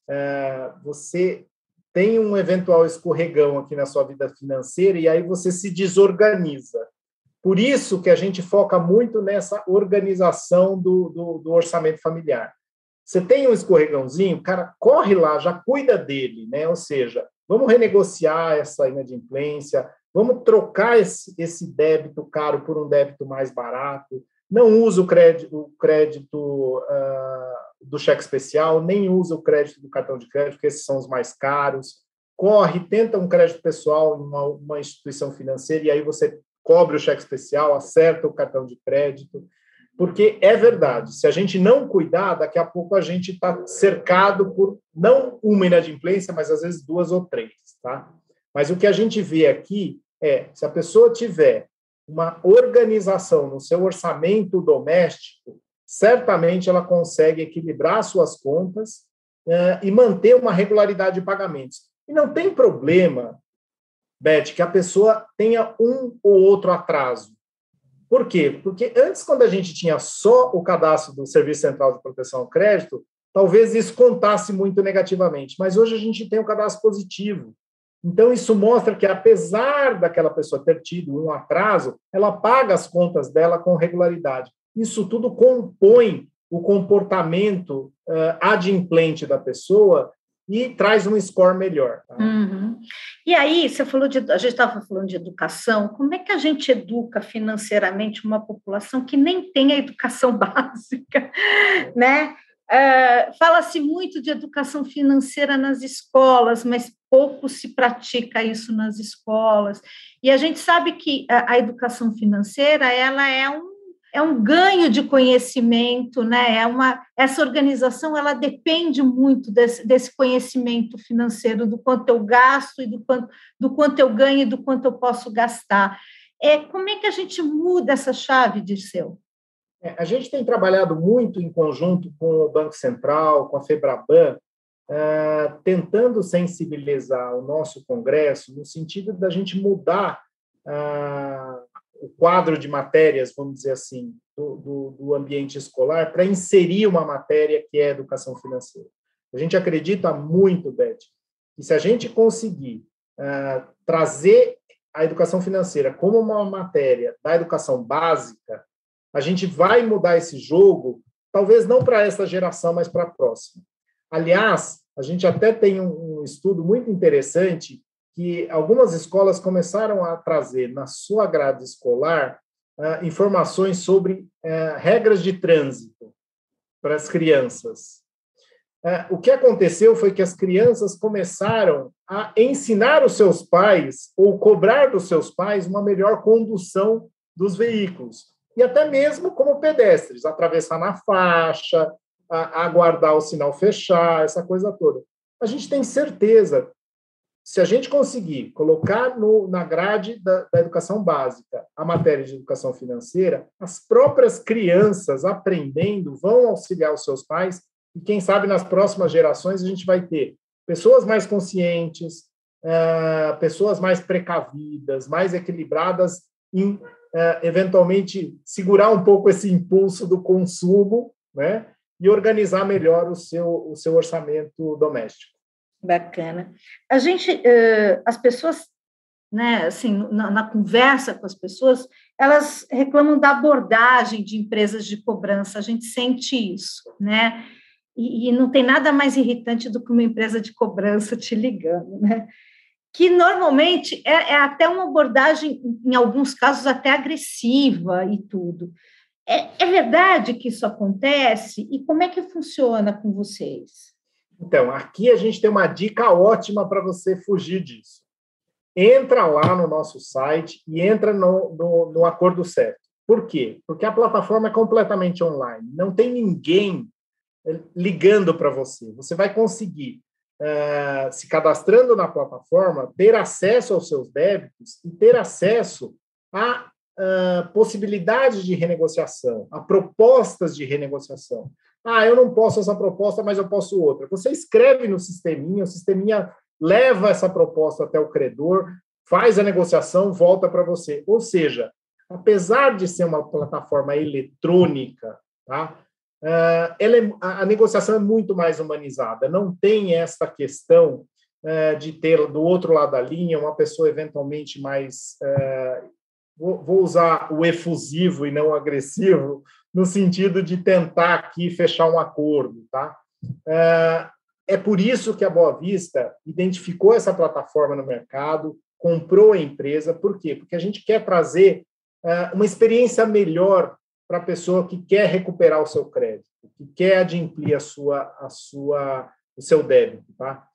Você tem um eventual escorregão aqui na sua vida financeira e aí você se desorganiza. Por isso que a gente foca muito nessa organização do orçamento familiar. Você tem um escorregãozinho, cara, corre lá, já cuida dele, né? Ou seja, vamos renegociar essa inadimplência, vamos trocar esse débito caro por um débito mais barato, não usa o crédito do cheque especial, nem usa o crédito do cartão de crédito, porque esses são os mais caros. Corre, tenta um crédito pessoal em uma instituição financeira e aí você cobre o cheque especial, acerta o cartão de crédito, porque é verdade, se a gente não cuidar, daqui a pouco a gente está cercado por, não uma inadimplência, mas às vezes 2 ou 3, tá? Mas o que a gente vê aqui se a pessoa tiver uma organização no seu orçamento doméstico, certamente ela consegue equilibrar suas contas e manter uma regularidade de pagamentos. E não tem problema, Beth, que a pessoa tenha um ou outro atraso. Por quê? Porque antes, quando a gente tinha só o cadastro do Serviço Central de Proteção ao Crédito, talvez isso contasse muito negativamente, mas hoje a gente tem o cadastro positivo. Então, isso mostra que, apesar daquela pessoa ter tido um atraso, ela paga as contas dela com regularidade. Isso tudo compõe o comportamento adimplente da pessoa e traz um score melhor. Tá? Uhum. E aí, você falou a gente estava falando de educação, como é que a gente educa financeiramente uma população que nem tem a educação básica, né? Fala-se muito de educação financeira nas escolas, mas pouco se pratica isso nas escolas. E a gente sabe que a educação financeira ela é um ganho de conhecimento, né? Essa organização ela depende muito desse conhecimento financeiro, do quanto eu gasto e do quanto eu ganho e do quanto eu posso gastar. Como é que a gente muda essa chave, Dirceu? A gente tem trabalhado muito em conjunto com o Banco Central, com a FEBRABAN, tentando sensibilizar o nosso Congresso no sentido da gente mudar o quadro de matérias, vamos dizer assim, do ambiente escolar para inserir uma matéria que é educação financeira. A gente acredita muito, Beth, que se a gente conseguir trazer a educação financeira como uma matéria da educação básica, a gente vai mudar esse jogo, talvez não para essa geração, mas para a próxima. Aliás, a gente até tem um estudo muito interessante que algumas escolas começaram a trazer na sua grade escolar informações sobre regras de trânsito para as crianças. O que aconteceu foi que as crianças começaram a ensinar os seus pais ou cobrar dos seus pais uma melhor condução dos veículos. E até mesmo como pedestres, atravessar na faixa, aguardar o sinal fechar, essa coisa toda. A gente tem certeza, se a gente conseguir colocar na grade da educação básica a matéria de educação financeira, as próprias crianças aprendendo vão auxiliar os seus pais e, quem sabe, nas próximas gerações a gente vai ter pessoas mais conscientes, pessoas mais precavidas, mais equilibradas em eventualmente segurar um pouco esse impulso do consumo, né, e organizar melhor o seu orçamento doméstico. Bacana. As pessoas, né, assim, na conversa com as pessoas, elas reclamam da abordagem de empresas de cobrança, a gente sente isso, né, e não tem nada mais irritante do que uma empresa de cobrança te ligando, né, que normalmente é até uma abordagem, em alguns casos, até agressiva e tudo. É verdade que isso acontece? E como é que funciona com vocês? Então, aqui a gente tem uma dica ótima para você fugir disso. Entra lá no nosso site e entra no Acordo Certo. Por quê? Porque a plataforma é completamente online. Não tem ninguém ligando para você. Você vai conseguir, se cadastrando na plataforma, ter acesso aos seus débitos e ter acesso a possibilidades de renegociação, a propostas de renegociação. Eu não posso essa proposta, mas eu posso outra. Você escreve no sisteminha, o sisteminha leva essa proposta até o credor, faz a negociação, volta para você. Ou seja, apesar de ser uma plataforma eletrônica, tá? A negociação é muito mais humanizada, não tem essa questão de ter do outro lado da linha uma pessoa eventualmente mais, vou usar o efusivo e não agressivo, no sentido de tentar aqui fechar um acordo. Tá? É por isso que a Boa Vista identificou essa plataforma no mercado, comprou a empresa. Por quê? Porque a gente quer trazer uma experiência melhor para a pessoa que quer recuperar o seu crédito, que quer adimplir o seu débito. Tá?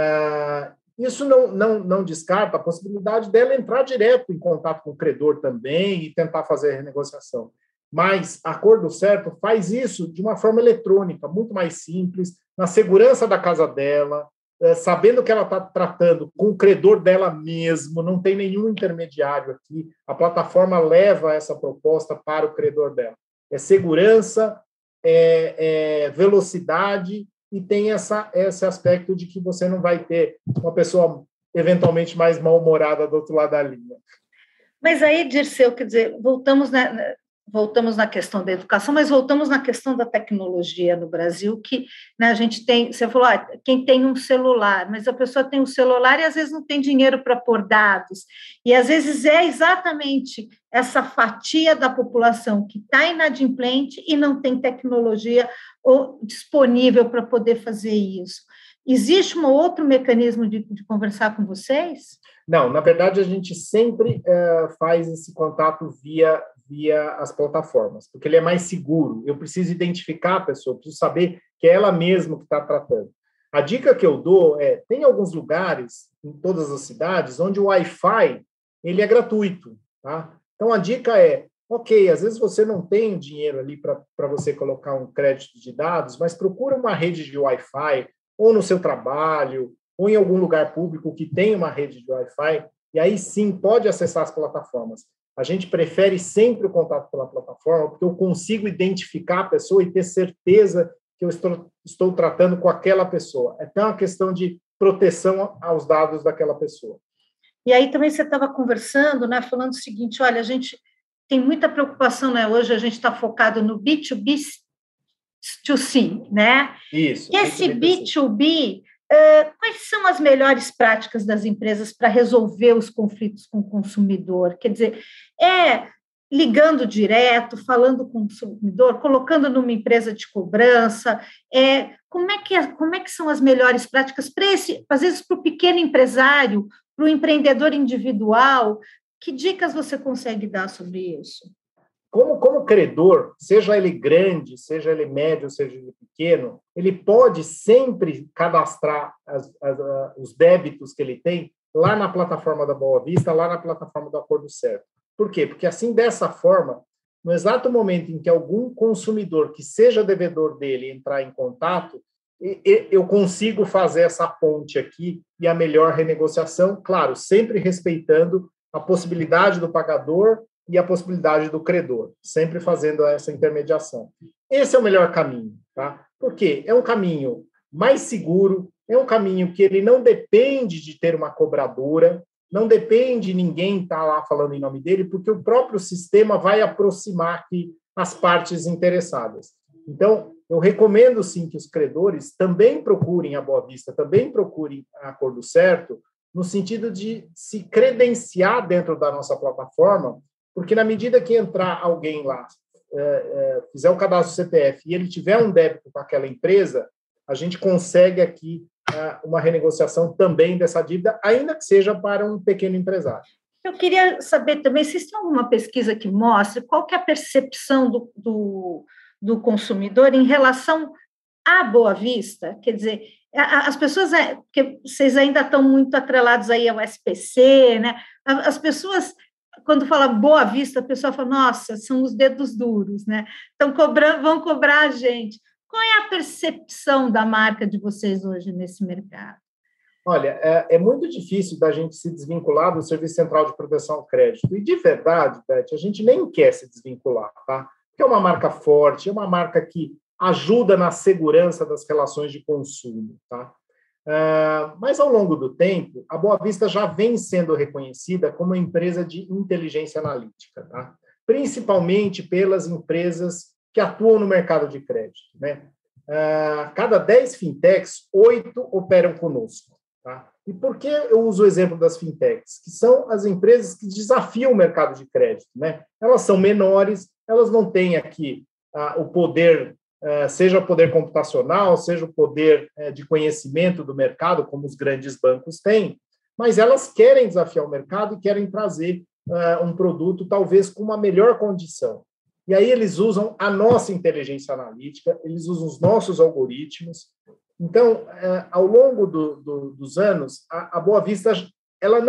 Isso não descarta a possibilidade dela entrar direto em contato com o credor também e tentar fazer a renegociação. Mas Acordo Certo faz isso de uma forma eletrônica, muito mais simples, na segurança da casa dela, sabendo que ela está tratando com o credor dela mesmo, não tem nenhum intermediário aqui, a plataforma leva essa proposta para o credor dela. É segurança, é velocidade e tem esse aspecto de que você não vai ter uma pessoa eventualmente mais mal-humorada do outro lado da linha. Mas aí, Dirceu, quer dizer, voltamos na questão da educação, mas voltamos na questão da tecnologia no Brasil, que, né, a gente tem, você falou, quem tem um celular, mas a pessoa tem um celular e às vezes não tem dinheiro para pôr dados, e às vezes é exatamente essa fatia da população que está inadimplente e não tem tecnologia disponível para poder fazer isso. Existe um outro mecanismo de conversar com vocês? Não, na verdade, a gente sempre faz esse contato via as plataformas, porque ele é mais seguro. Eu preciso identificar a pessoa, preciso saber que é ela mesma que está tratando. A dica que eu dou tem alguns lugares, em todas as cidades, onde o Wi-Fi ele é gratuito. Tá? Então, a dica ok, às vezes você não tem dinheiro ali para você colocar um crédito de dados, mas procura uma rede de Wi-Fi, ou no seu trabalho, ou em algum lugar público que tem uma rede de Wi-Fi, e aí sim pode acessar as plataformas. A gente prefere sempre o contato pela plataforma, porque eu consigo identificar a pessoa e ter certeza que eu estou tratando com aquela pessoa. É até uma questão de proteção aos dados daquela pessoa. E aí também você estava conversando, né, falando o seguinte, olha, a gente tem muita preocupação, né, hoje a gente está focado no B2B2C, né? Isso. E esse B2B, quais são as melhores práticas das empresas para resolver os conflitos com o consumidor? Quer dizer, ligando direto, falando com o consumidor, colocando numa empresa de cobrança, como é que são as melhores práticas para às vezes para o pequeno empresário, para o empreendedor individual? Que dicas você consegue dar sobre isso? Como credor, seja ele grande, seja ele médio, seja ele pequeno, ele pode sempre cadastrar os débitos que ele tem lá na plataforma da Boa Vista, lá na plataforma do Acordo Certo. Por quê? Porque assim, dessa forma, no exato momento em que algum consumidor que seja devedor dele entrar em contato, eu consigo fazer essa ponte aqui e a melhor renegociação, claro, sempre respeitando a possibilidade do pagador e a possibilidade do credor, sempre fazendo essa intermediação. Esse é o melhor caminho, tá? Porque é um caminho mais seguro, é um caminho que ele não depende de ter uma cobradora, não depende de ninguém estar lá falando em nome dele, porque o próprio sistema vai aproximar aqui as partes interessadas. Então, eu recomendo, sim, que os credores também procurem a Boa Vista, também procurem a Acordo Certo, no sentido de se credenciar dentro da nossa plataforma, porque na medida que entrar alguém lá, fizer o cadastro CPF e ele tiver um débito com aquela empresa, a gente consegue aqui uma renegociação também dessa dívida, ainda que seja para um pequeno empresário. Eu queria saber também, vocês têm alguma pesquisa que mostre qual que é a percepção do consumidor em relação à Boa Vista? Quer dizer, as pessoas, porque vocês ainda estão muito atrelados aí ao SPC, né? As pessoas, quando fala Boa Vista, a pessoa fala, nossa, são os dedos duros, né? Vão cobrar a gente. Qual é a percepção da marca de vocês hoje nesse mercado? Olha, é muito difícil da gente se desvincular do Serviço Central de Proteção ao Crédito. E, de verdade, Beth, a gente nem quer se desvincular, tá? Porque é uma marca forte, é uma marca que ajuda na segurança das relações de consumo, tá? Mas, ao longo do tempo, a Boa Vista já vem sendo reconhecida como uma empresa de inteligência analítica, tá? Principalmente pelas empresas que atuam no mercado de crédito, né? Cada 10 fintechs, 8 operam conosco, tá? E por que eu uso o exemplo das fintechs? Que são as empresas que desafiam o mercado de crédito, né? Elas são menores, elas não têm aqui o poder, seja o poder computacional, seja o poder de conhecimento do mercado, como os grandes bancos têm, mas elas querem desafiar o mercado e querem trazer um produto, talvez, com uma melhor condição. E aí eles usam a nossa inteligência analítica, eles usam os nossos algoritmos. Então, ao longo dos anos, a Boa Vista ela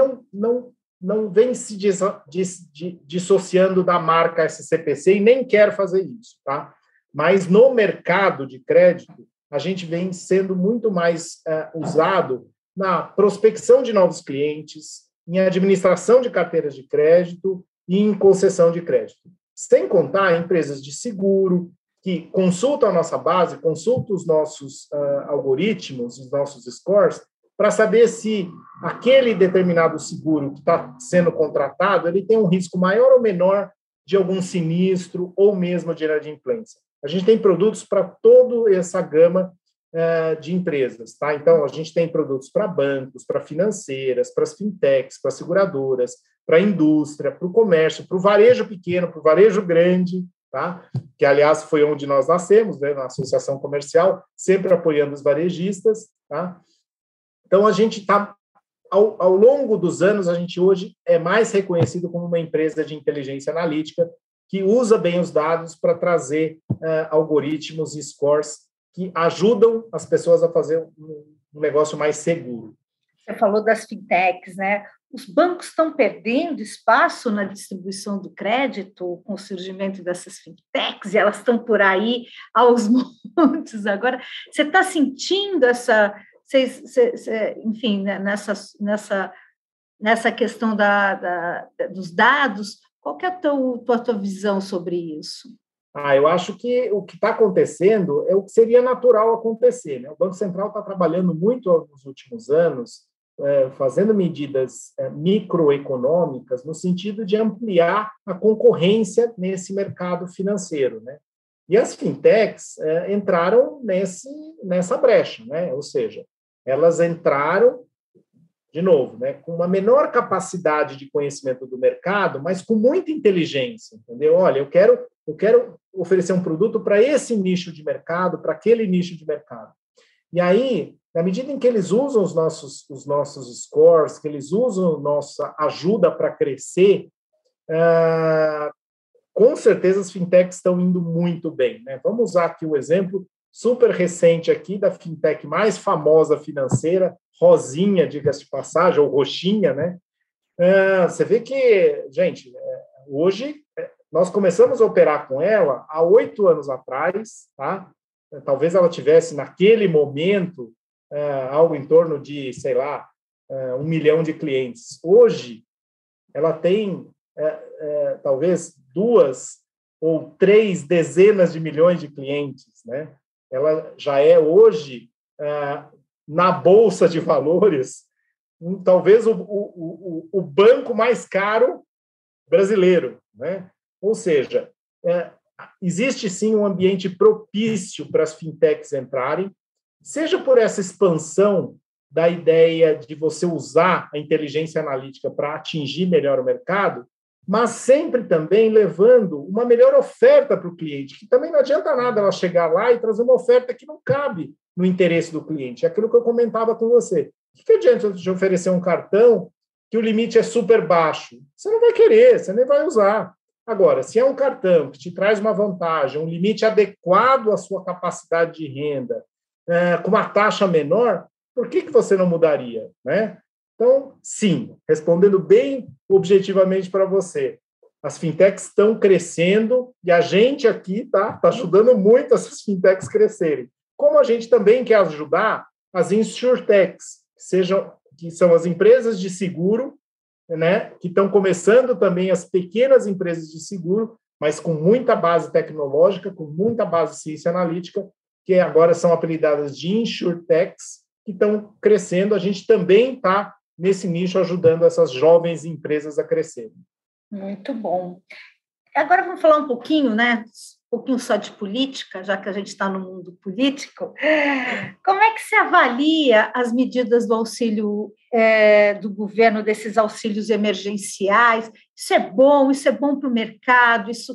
não vem se dissociando da marca SCPC e nem quer fazer isso, tá? Mas no mercado de crédito, a gente vem sendo muito mais usado na prospecção de novos clientes, em administração de carteiras de crédito e em concessão de crédito. Sem contar empresas de seguro, que consultam a nossa base, consultam os nossos algoritmos, os nossos scores, para saber se aquele determinado seguro que está sendo contratado, ele tem um risco maior ou menor de algum sinistro ou mesmo de inadimplência. A gente tem produtos para toda essa gama de empresas, tá? Então, a gente tem produtos para bancos, para financeiras, para as fintechs, para seguradoras, para a indústria, para o comércio, para o varejo pequeno, para o varejo grande, tá? Que, aliás, foi onde nós nascemos, né, na associação comercial, sempre apoiando os varejistas, tá? Então, a gente está, ao longo dos anos, a gente hoje é mais reconhecido como uma empresa de inteligência analítica que usa bem os dados para trazer algoritmos e scores que ajudam as pessoas a fazer um negócio mais seguro. Você falou das fintechs, né? Os bancos estão perdendo espaço na distribuição do crédito com o surgimento dessas fintechs, e elas estão por aí aos montes agora. Você está sentindo essa, enfim, nessa questão dos dados? Qual que é a tua visão sobre isso? Eu acho que o que está acontecendo é o que seria natural acontecer, né? O Banco Central está trabalhando muito nos últimos anos, fazendo medidas microeconômicas no sentido de ampliar a concorrência nesse mercado financeiro, né? E as fintechs entraram nessa brecha, né? Ou seja, elas entraram, de novo, né, com uma menor capacidade de conhecimento do mercado, mas com muita inteligência, entendeu? Olha, eu quero oferecer um produto para esse nicho de mercado, para aquele nicho de mercado. E aí, na medida em que eles usam os nossos scores, que eles usam nossa ajuda para crescer, com certeza as fintechs estão indo muito bem, né? Vamos usar aqui o exemplo super recente aqui da fintech mais famosa financeira, Rosinha, diga-se de passagem, ou Roxinha, né? Você vê que, gente, hoje nós começamos a operar com ela há 8 anos atrás, tá? Talvez ela tivesse, naquele momento, algo em torno de, sei lá, 1 milhão de clientes. Hoje, ela tem, talvez, 2 ou 3 dezenas de milhões de clientes, né? Ela já é, hoje, na Bolsa de Valores, talvez o banco mais caro brasileiro, né? Ou seja, existe, sim, um ambiente propício para as fintechs entrarem, seja por essa expansão da ideia de você usar a inteligência analítica para atingir melhor o mercado, mas sempre também levando uma melhor oferta para o cliente, que também não adianta nada ela chegar lá e trazer uma oferta que não cabe no interesse do cliente. É aquilo que eu comentava com você. O que adianta de oferecer um cartão que o limite é super baixo? Você não vai querer, você nem vai usar. Agora, se é um cartão que te traz uma vantagem, um limite adequado à sua capacidade de renda, com uma taxa menor, por que você não mudaria, né? Então, sim, respondendo bem objetivamente para você, as fintechs estão crescendo e a gente aqui está ajudando muito essas fintechs crescerem. Como a gente também quer ajudar as insurtechs, que são as empresas de seguro, né, que estão começando também, as pequenas empresas de seguro, mas com muita base tecnológica, com muita base de ciência analítica, que agora são apelidadas de insurtechs, que estão crescendo. A gente também está nesse nicho ajudando essas jovens empresas a crescerem. Muito bom. Agora vamos falar um pouquinho, né? Um pouquinho só de política, já que a gente está no mundo político. Como é que se avalia as medidas do auxílio do governo, desses auxílios emergenciais? Isso é bom para o mercado, isso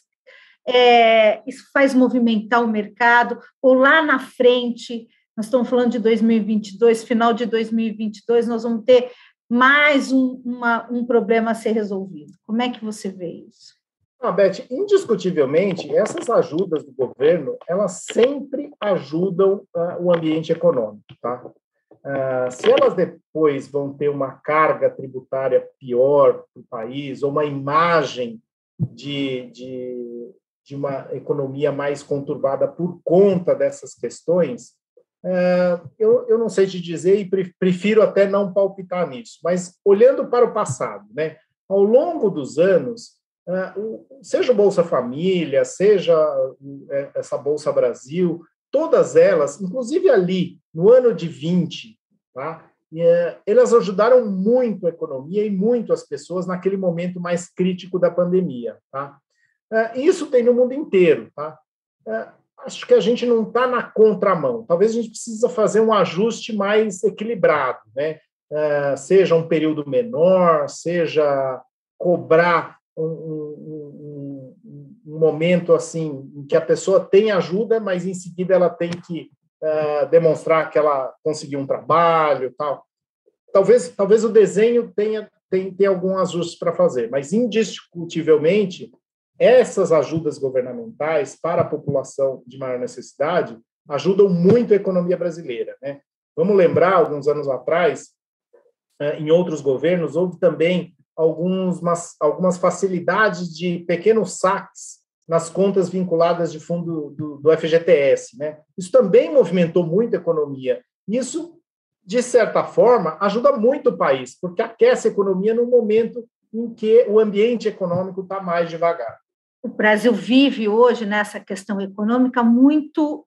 faz movimentar o mercado, ou lá na frente, nós estamos falando de 2022, final de 2022, nós vamos ter mais um problema a ser resolvido. Como é que você vê isso? Beth, indiscutivelmente, essas ajudas do governo, elas sempre ajudam o ambiente econômico, tá? Se elas depois vão ter uma carga tributária pior para o país, ou uma imagem de uma economia mais conturbada por conta dessas questões, eu não sei te dizer e prefiro até não palpitar nisso. Mas, olhando para o passado, né, ao longo dos anos, seja o Bolsa Família, seja essa Bolsa Brasil, todas elas, inclusive ali, no ano de 20, tá, elas ajudaram muito a economia e muito as pessoas naquele momento mais crítico da pandemia. Tá? Isso tem no mundo inteiro. Tá? Acho que a gente não está na contramão. Talvez a gente precisa fazer um ajuste mais equilibrado, né? Seja um período menor, seja cobrar um momento assim em que a pessoa tem ajuda, mas em seguida ela tem que demonstrar que ela conseguiu um trabalho, tal. Talvez o desenho tenha algum ajuste para fazer, mas indiscutivelmente essas ajudas governamentais para a população de maior necessidade ajudam muito a economia brasileira, né? Vamos lembrar, alguns anos atrás, em outros governos, houve também algumas facilidades de pequenos saques nas contas vinculadas de fundo do FGTS, né? Isso também movimentou muito a economia. Isso, de certa forma, ajuda muito o país, porque aquece a economia no momento em que o ambiente econômico está mais devagar. O Brasil vive hoje, nessa questão econômica, muito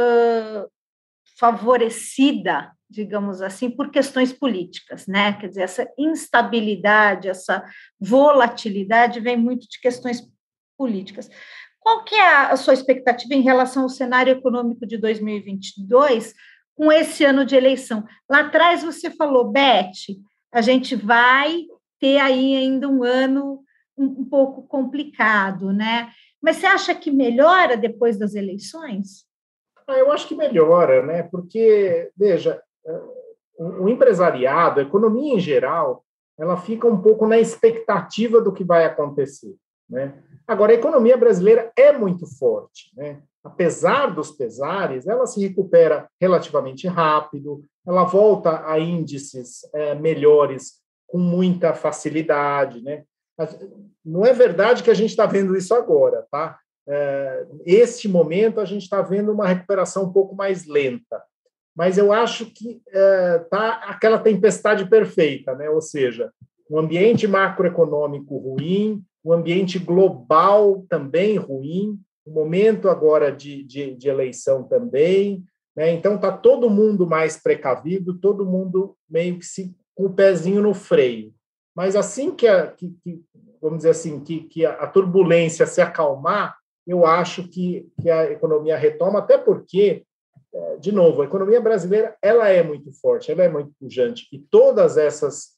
favorecida, digamos assim, por questões políticas, né? Quer dizer, essa instabilidade, essa volatilidade vem muito de questões políticas. Qual que é a sua expectativa em relação ao cenário econômico de 2022 com esse ano de eleição? Lá atrás você falou, Beth, a gente vai ter aí ainda um ano um pouco complicado, né? Mas você acha que melhora depois das eleições? Eu acho que melhora, né? Porque, veja, o empresariado, a economia em geral, ela fica um pouco na expectativa do que vai acontecer, né? Agora, a economia brasileira é muito forte, né? Apesar dos pesares, ela se recupera relativamente rápido, ela volta a índices melhores com muita facilidade, né? Não é verdade que a gente está vendo isso agora, tá? Este momento a gente está vendo uma recuperação um pouco mais lenta, mas eu acho que está aquela tempestade perfeita, né? Ou seja, um ambiente macroeconômico ruim, um ambiente global também ruim, um momento agora de eleição também, né? Então está todo mundo mais precavido, todo mundo meio que com o pezinho no freio. Mas assim que vamos dizer assim, que a turbulência se acalmar, eu acho que a economia retoma, até porque, de novo, a economia brasileira ela é muito forte, ela é muito pujante, e todas essas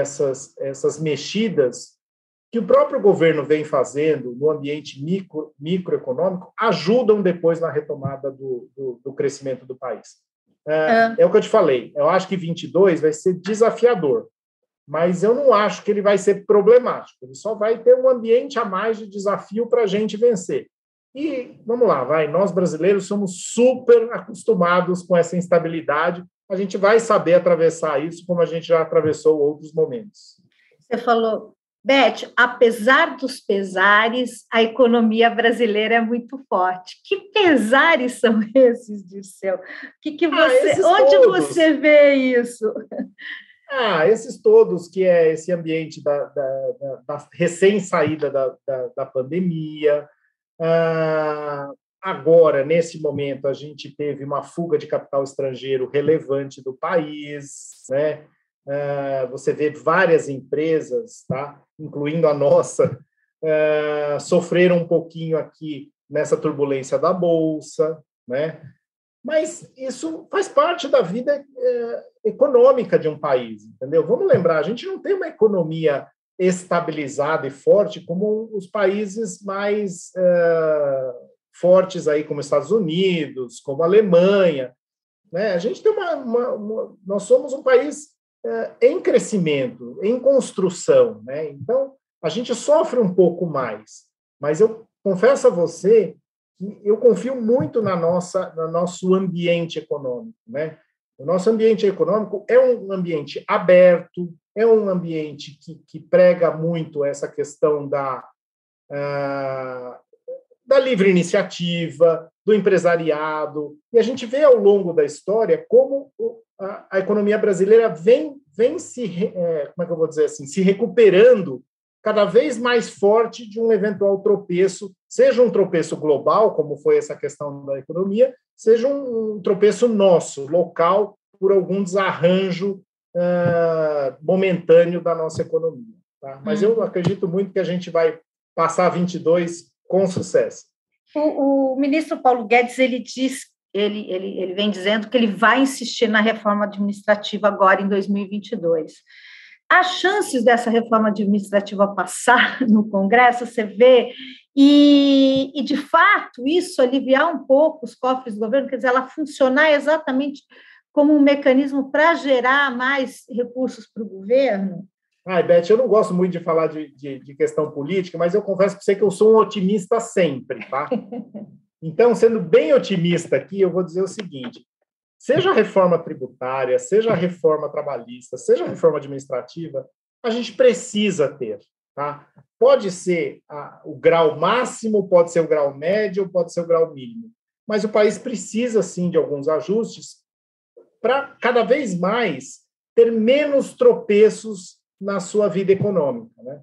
mexidas que o próprio governo vem fazendo no ambiente microeconômico ajudam depois na retomada do crescimento do país. É o que eu te falei, eu acho que 22 vai ser desafiador, mas eu não acho que ele vai ser problemático, ele só vai ter um ambiente a mais de desafio para a gente vencer. E, vamos lá, nós brasileiros somos super acostumados com essa instabilidade, a gente vai saber atravessar isso como a gente já atravessou outros momentos. Você falou, Beth, apesar dos pesares, a economia brasileira é muito forte. Que pesares são esses, Dirceu? Onde todos. Você vê isso? Esses todos, que é esse ambiente da recém-saída da pandemia. Agora, nesse momento, a gente teve uma fuga de capital estrangeiro relevante do país, né? Você vê várias empresas, tá? Incluindo a nossa, sofreram um pouquinho aqui nessa turbulência da Bolsa, né? Mas isso faz parte da vida econômica de um país, entendeu? Vamos lembrar, a gente não tem uma economia estabilizada e forte como os países mais fortes aí, como Estados Unidos, como a Alemanha, né? A gente tem nós somos um país em crescimento, em construção, né? Então a gente sofre um pouco mais, mas eu confesso a você que eu confio muito no nosso ambiente econômico, né? O nosso ambiente econômico é um ambiente aberto, é um ambiente que prega muito essa questão da livre iniciativa, do empresariado, e a gente vê ao longo da história como a economia brasileira vem se recuperando cada vez mais forte de um eventual tropeço, seja um tropeço global, como foi essa questão da economia, seja um tropeço nosso, local, por algum desarranjo momentâneo da nossa economia. Tá? Mas eu acredito muito que a gente vai passar 22 com sucesso. O ministro Paulo Guedes, ele vem dizendo que ele vai insistir na reforma administrativa agora em 2022. As chances dessa reforma administrativa passar no Congresso, você vê e, de fato, isso aliviar um pouco os cofres do governo, quer dizer, ela funcionar exatamente como um mecanismo para gerar mais recursos para o governo? Beth, eu não gosto muito de falar de questão política, mas eu confesso para você que eu sou um otimista sempre, tá? Então, sendo bem otimista aqui, eu vou dizer o seguinte, seja a reforma tributária, seja a reforma trabalhista, seja a reforma administrativa, a gente precisa ter, tá? Pode ser o grau máximo, pode ser o grau médio, pode ser o grau mínimo, mas o país precisa, sim, de alguns ajustes para, cada vez mais, ter menos tropeços na sua vida econômica, né?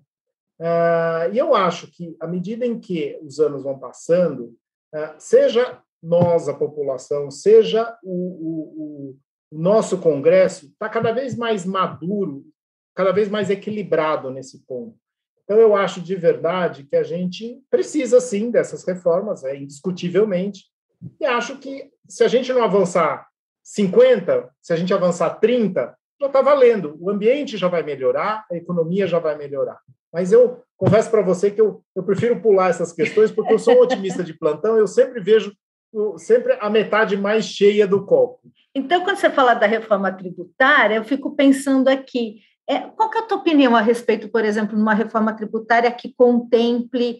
E eu acho que, à medida em que os anos vão passando, seja nós, a população, seja o nosso Congresso, está cada vez mais maduro, cada vez mais equilibrado nesse ponto. Então, eu acho de verdade que a gente precisa, sim, dessas reformas, indiscutivelmente, e acho que, se a gente não avançar 50, se a gente avançar 30, já está valendo. O ambiente já vai melhorar, a economia já vai melhorar. Mas eu confesso para você que eu prefiro pular essas questões, porque eu sou um otimista de plantão, eu sempre vejo sempre a metade mais cheia do copo. Então, quando você fala da reforma tributária, eu fico pensando aqui, qual que é a tua opinião a respeito, por exemplo, de uma reforma tributária que contemple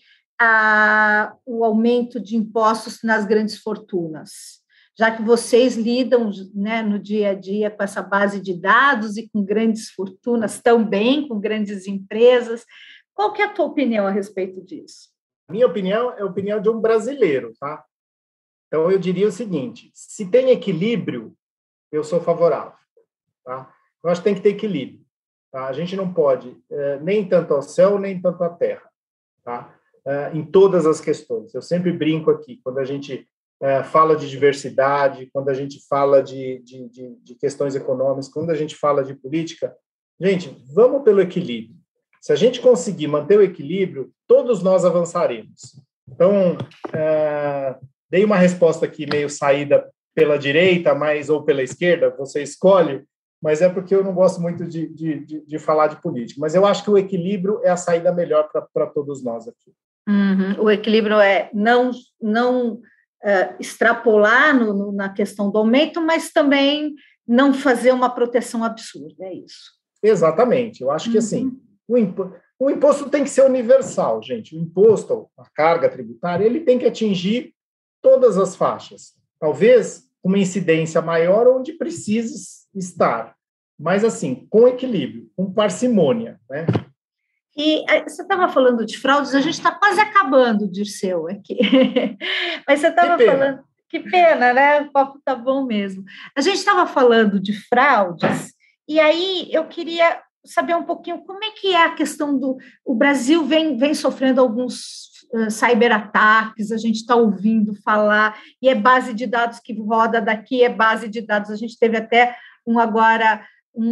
o aumento de impostos nas grandes fortunas? Já que vocês lidam, né, no dia a dia com essa base de dados e com grandes fortunas também, com grandes empresas, qual que é a tua opinião a respeito disso? Minha opinião é a opinião de um brasileiro, tá? Então, eu diria o seguinte, se tem equilíbrio, eu sou favorável, tá? Eu acho que tem que ter equilíbrio, tá? A gente não pode nem tanto ao céu, nem tanto à terra, tá? Em todas as questões. Eu sempre brinco aqui, quando a gente fala de diversidade, quando a gente fala de questões econômicas, quando a gente fala de política, gente, vamos pelo equilíbrio. Se a gente conseguir manter o equilíbrio, todos nós avançaremos. Então, dei uma resposta aqui meio saída pela direita, ou pela esquerda, você escolhe, mas é porque eu não gosto muito de falar de política. Mas eu acho que o equilíbrio é a saída melhor para todos nós aqui. Uhum. O equilíbrio é não extrapolar na questão do aumento, mas também não fazer uma proteção absurda, é isso? Exatamente. Eu acho que, assim, o imposto tem que ser universal, gente. O imposto, a carga tributária, ele tem que atingir todas as faixas. Talvez uma incidência maior onde precise estar, mas, assim, com equilíbrio, com parcimônia, né? E você estava falando de fraudes, a gente está quase acabando, Dirceu, aqui. Mas você estava falando... Que pena, né? O papo está bom mesmo. A gente estava falando de fraudes, e aí eu queria saber um pouquinho como é que é a questão do... O Brasil vem sofrendo alguns cyberataques, a gente está ouvindo falar, e é base de dados que roda daqui, é base de dados. A gente teve até agora...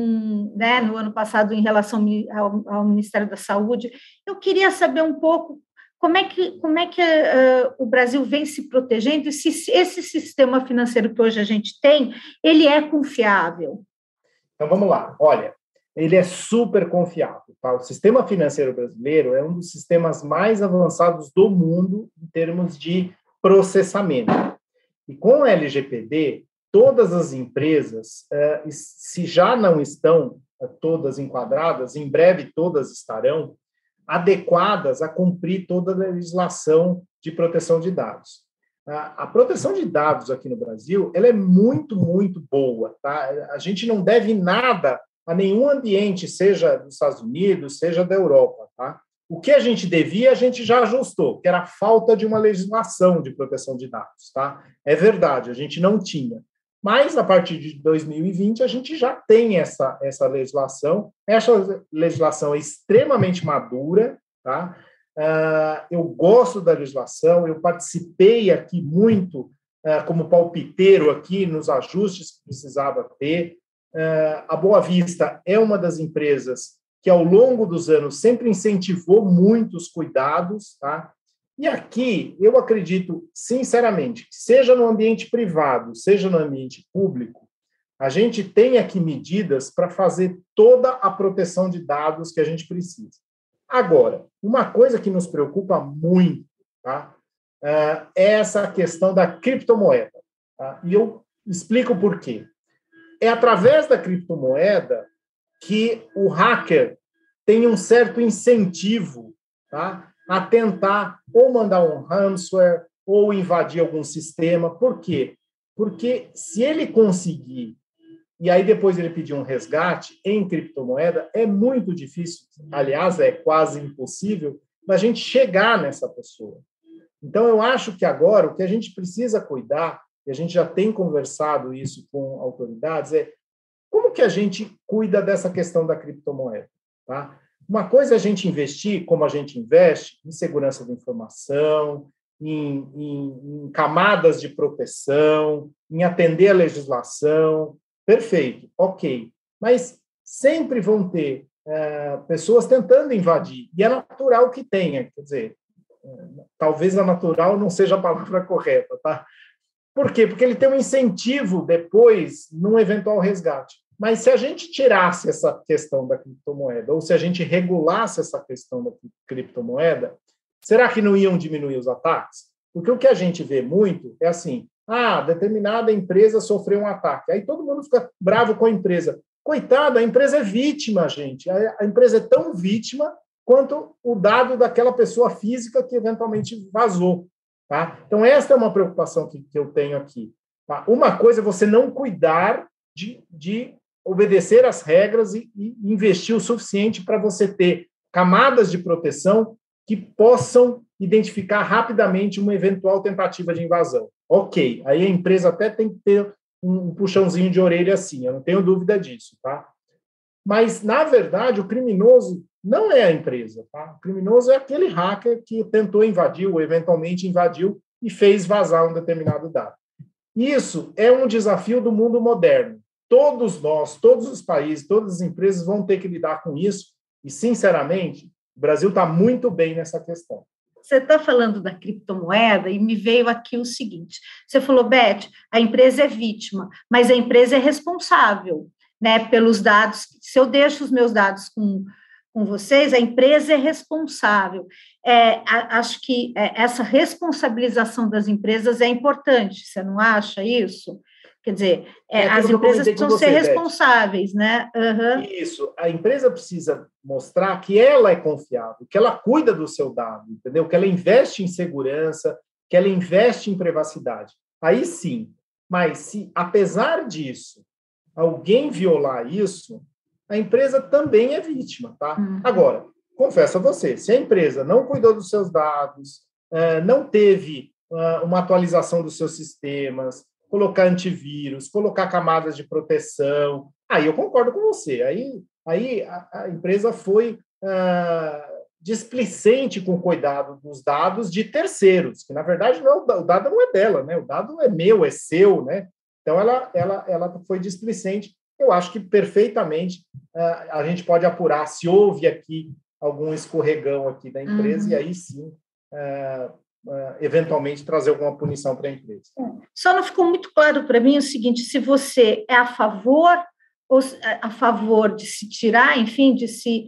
né, no ano passado, em relação ao Ministério da Saúde. Eu queria saber um pouco como é que o Brasil vem se protegendo e se esse sistema financeiro que hoje a gente tem, ele é confiável. Então, vamos lá. Olha, ele é super confiável. Tá? O sistema financeiro brasileiro é um dos sistemas mais avançados do mundo em termos de processamento. E com o LGPD, todas as empresas, se já não estão todas enquadradas, em breve todas estarão adequadas a cumprir toda a legislação de proteção de dados. A proteção de dados aqui no Brasil, ela é muito, muito boa. Tá? A gente não deve nada a nenhum ambiente, seja dos Estados Unidos, seja da Europa. Tá? O que a gente devia, a gente já ajustou, que era a falta de uma legislação de proteção de dados. Tá? É verdade, a gente não tinha. Mas, a partir de 2020, a gente já tem essa legislação. Essa legislação é extremamente madura, tá? Eu gosto da legislação, eu participei aqui muito como palpiteiro aqui nos ajustes que precisava ter. A Boa Vista é uma das empresas que, ao longo dos anos, sempre incentivou muitos cuidados, tá? E aqui, eu acredito, sinceramente, seja no ambiente privado, seja no ambiente público, a gente tem aqui medidas para fazer toda a proteção de dados que a gente precisa. Agora, uma coisa que nos preocupa muito tá? É essa questão da criptomoeda. Tá? E eu explico por quê. É através da criptomoeda que o hacker tem um certo incentivo, tá, a tentar ou mandar um ransomware ou invadir algum sistema. Por quê? Porque se ele conseguir, e aí depois ele pedir um resgate em criptomoeda, é muito difícil, aliás, é quase impossível, da gente chegar nessa pessoa. Então, eu acho que agora o que a gente precisa cuidar, e a gente já tem conversado isso com autoridades, é como que a gente cuida dessa questão da criptomoeda, tá? Uma coisa é a gente investir, como a gente investe, em segurança da informação, em camadas de proteção, em atender a legislação. Perfeito, ok. Mas sempre vão ter pessoas tentando invadir, e é natural que tenha, quer dizer, talvez a natural não seja a palavra correta, tá? Por quê? Porque ele tem um incentivo depois num eventual resgate. Mas se a gente tirasse essa questão da criptomoeda, ou se a gente regulasse essa questão da criptomoeda, será que não iam diminuir os ataques? Porque o que a gente vê muito é assim, determinada empresa sofreu um ataque. Aí todo mundo fica bravo com a empresa. Coitada, a empresa é vítima, gente. A empresa é tão vítima quanto o dado daquela pessoa física que eventualmente vazou. Tá? Então, essa é uma preocupação que eu tenho aqui. Tá? Uma coisa é você não cuidar de obedecer às regras e investir o suficiente para você ter camadas de proteção que possam identificar rapidamente uma eventual tentativa de invasão. Ok, aí a empresa até tem que ter um puxãozinho de orelha assim, eu não tenho dúvida disso, tá? Mas, na verdade, o criminoso não é a empresa, tá? O criminoso é aquele hacker que tentou invadir ou eventualmente invadiu e fez vazar um determinado dado. Isso é um desafio do mundo moderno. Todos nós, todos os países, todas as empresas vão ter que lidar com isso e, sinceramente, o Brasil está muito bem nessa questão. Você está falando da criptomoeda e me veio aqui o seguinte, você falou, Beth, a empresa é vítima, mas a empresa é responsável, né, pelos dados. Se eu deixo os meus dados com vocês, a empresa é responsável. Acho que essa responsabilização das empresas é importante, você não acha isso? Quer dizer, as empresas precisam ser responsáveis, né? Uhum. Isso, a empresa precisa mostrar que ela é confiável, que ela cuida do seu dado, entendeu? Que ela investe em segurança, que ela investe em privacidade. Aí sim, mas se, apesar disso, alguém violar isso, a empresa também é vítima, tá? Uhum. Agora, confesso a você, se a empresa não cuidou dos seus dados, não teve uma atualização dos seus sistemas, colocar antivírus, colocar camadas de proteção, aí eu concordo com você. Aí a empresa foi displicente com o cuidado dos dados de terceiros, que, na verdade, o dado não é dela, né? O dado é meu, é seu, né? Então, ela foi displicente. Eu acho que perfeitamente a gente pode apurar se houve aqui algum escorregão aqui da empresa, e aí sim... eventualmente trazer alguma punição para a empresa. Só não ficou muito claro para mim o seguinte, se você é a favor de se tirar, enfim, de se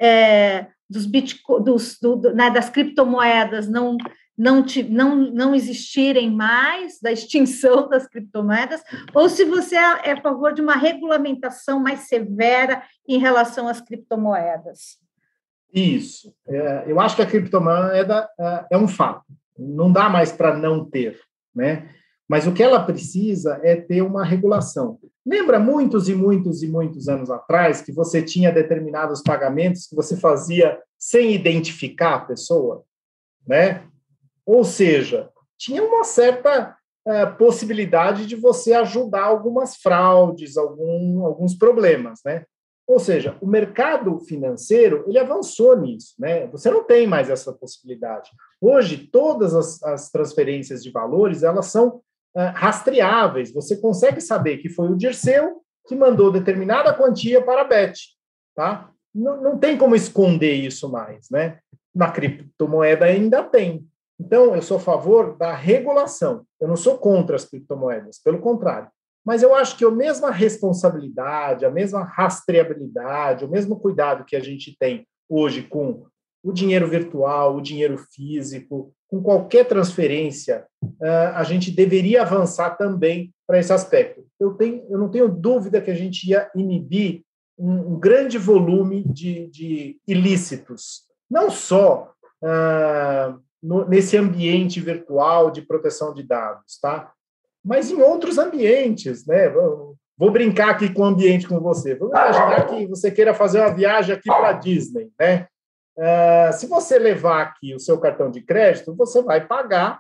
das criptomoedas não existirem mais, da extinção das criptomoedas, ou se você é a favor de uma regulamentação mais severa em relação às criptomoedas. Isso. Eu acho que a criptomoeda é um fato. Não dá mais para não ter, né? Mas o que ela precisa é ter uma regulação. Lembra muitos e muitos e muitos anos atrás que você tinha determinados pagamentos que você fazia sem identificar a pessoa, né? Ou seja, tinha uma certa possibilidade de você ajudar algumas fraudes, alguns problemas, né? Ou seja, o mercado financeiro, ele avançou nisso, né? Você não tem mais essa possibilidade. Hoje, todas as transferências de valores, elas são rastreáveis. Você consegue saber que foi o Dirceu que mandou determinada quantia para a Beth, tá? Não tem como esconder isso mais, né? Na criptomoeda ainda tem. Então, eu sou a favor da regulação. Eu não sou contra as criptomoedas, pelo contrário. Mas eu acho que a mesma responsabilidade, a mesma rastreabilidade, o mesmo cuidado que a gente tem hoje com o dinheiro virtual, o dinheiro físico, com qualquer transferência, a gente deveria avançar também para esse aspecto. Eu não tenho dúvida que a gente ia inibir um grande volume de ilícitos, não só nesse ambiente virtual de proteção de dados, tá? Mas em outros ambientes, né? Vou brincar aqui com o ambiente com você. Vamos imaginar que você queira fazer uma viagem aqui para a Disney, né? Se você levar aqui o seu cartão de crédito, você vai pagar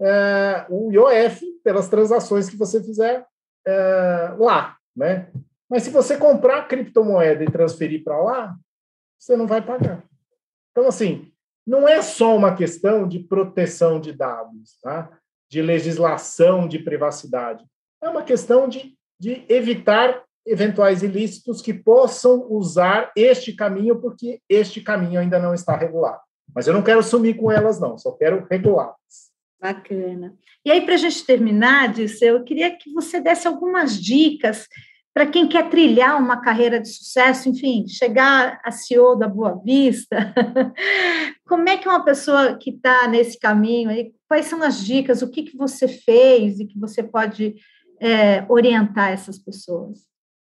o IOF pelas transações que você fizer lá, né? Mas se você comprar criptomoeda e transferir para lá, você não vai pagar. Então, assim, não é só uma questão de proteção de dados, tá? De legislação de privacidade. É uma questão de evitar eventuais ilícitos que possam usar este caminho, porque este caminho ainda não está regulado. Mas eu não quero sumir com elas, não, só quero regulá-las. Bacana. E aí, para a gente terminar, Dirceu, eu queria que você desse algumas dicas para quem quer trilhar uma carreira de sucesso, enfim, chegar a CEO da Boa Vista. Como é que uma pessoa que está nesse caminho, aí, quais são as dicas, o que você fez e que você pode orientar essas pessoas?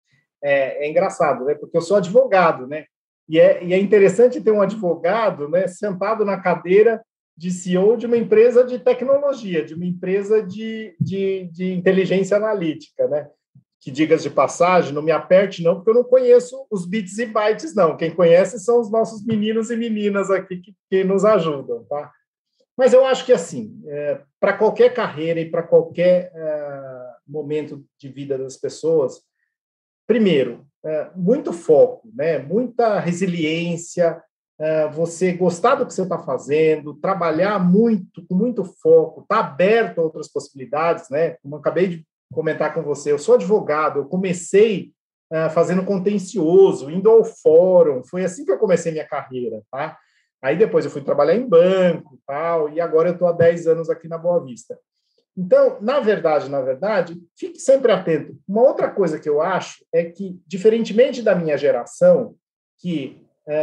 É engraçado, né? Porque eu sou advogado, né? E é interessante ter um advogado, né, sentado na cadeira de CEO de uma empresa de tecnologia, de uma empresa de inteligência analítica, né? Que, digas de passagem, não me aperte não, porque eu não conheço os bits e bytes, não. Quem conhece são os nossos meninos e meninas aqui que nos ajudam, tá? Mas eu acho que, assim, para qualquer carreira e para qualquer momento de vida das pessoas, primeiro, muito foco, né? Muita resiliência, você gostar do que você está fazendo, trabalhar muito, com muito foco, estar aberto a outras possibilidades, né? Como eu acabei de comentar com você, eu sou advogado, eu comecei fazendo contencioso, indo ao fórum, foi assim que eu comecei minha carreira, tá? Aí depois eu fui trabalhar em banco, tal, e agora eu estou há 10 anos aqui na Boa Vista. Então, na verdade, fique sempre atento. Uma outra coisa que eu acho é que, diferentemente da minha geração, que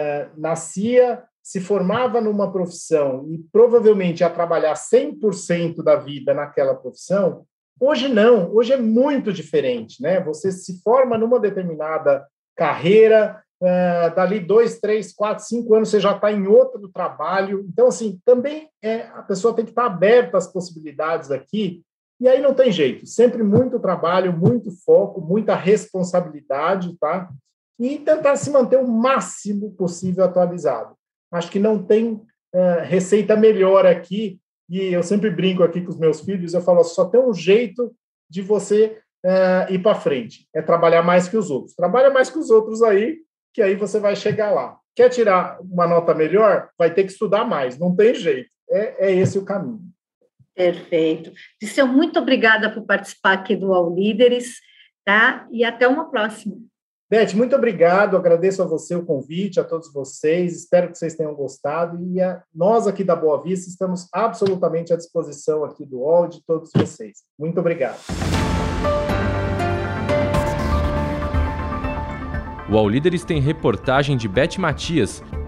nascia, se formava numa profissão e provavelmente ia trabalhar 100% da vida naquela profissão, hoje não, hoje é muito diferente, né? Você se forma numa determinada carreira, dali 2, 3, 4, 5 anos você já está em outro trabalho. Então, assim, também a pessoa tem que estar aberta às possibilidades aqui, e aí não tem jeito. Sempre muito trabalho, muito foco, muita responsabilidade, tá? E tentar se manter o máximo possível atualizado. Acho que não tem receita melhor aqui, e eu sempre brinco aqui com os meus filhos, eu falo, só tem um jeito de você ir para frente, é trabalhar mais que os outros. Trabalha mais que os outros aí, que aí você vai chegar lá. Quer tirar uma nota melhor? Vai ter que estudar mais, não tem jeito. É esse o caminho. Perfeito. Dirceu, muito obrigada por participar aqui do All Líderes, tá? E até uma próxima. Beth, muito obrigado, agradeço a você o convite, a todos vocês, espero que vocês tenham gostado, e nós aqui da Boa Vista estamos absolutamente à disposição aqui do All, de todos vocês. Muito obrigado. O All Líderes tem reportagem de Beth Matias,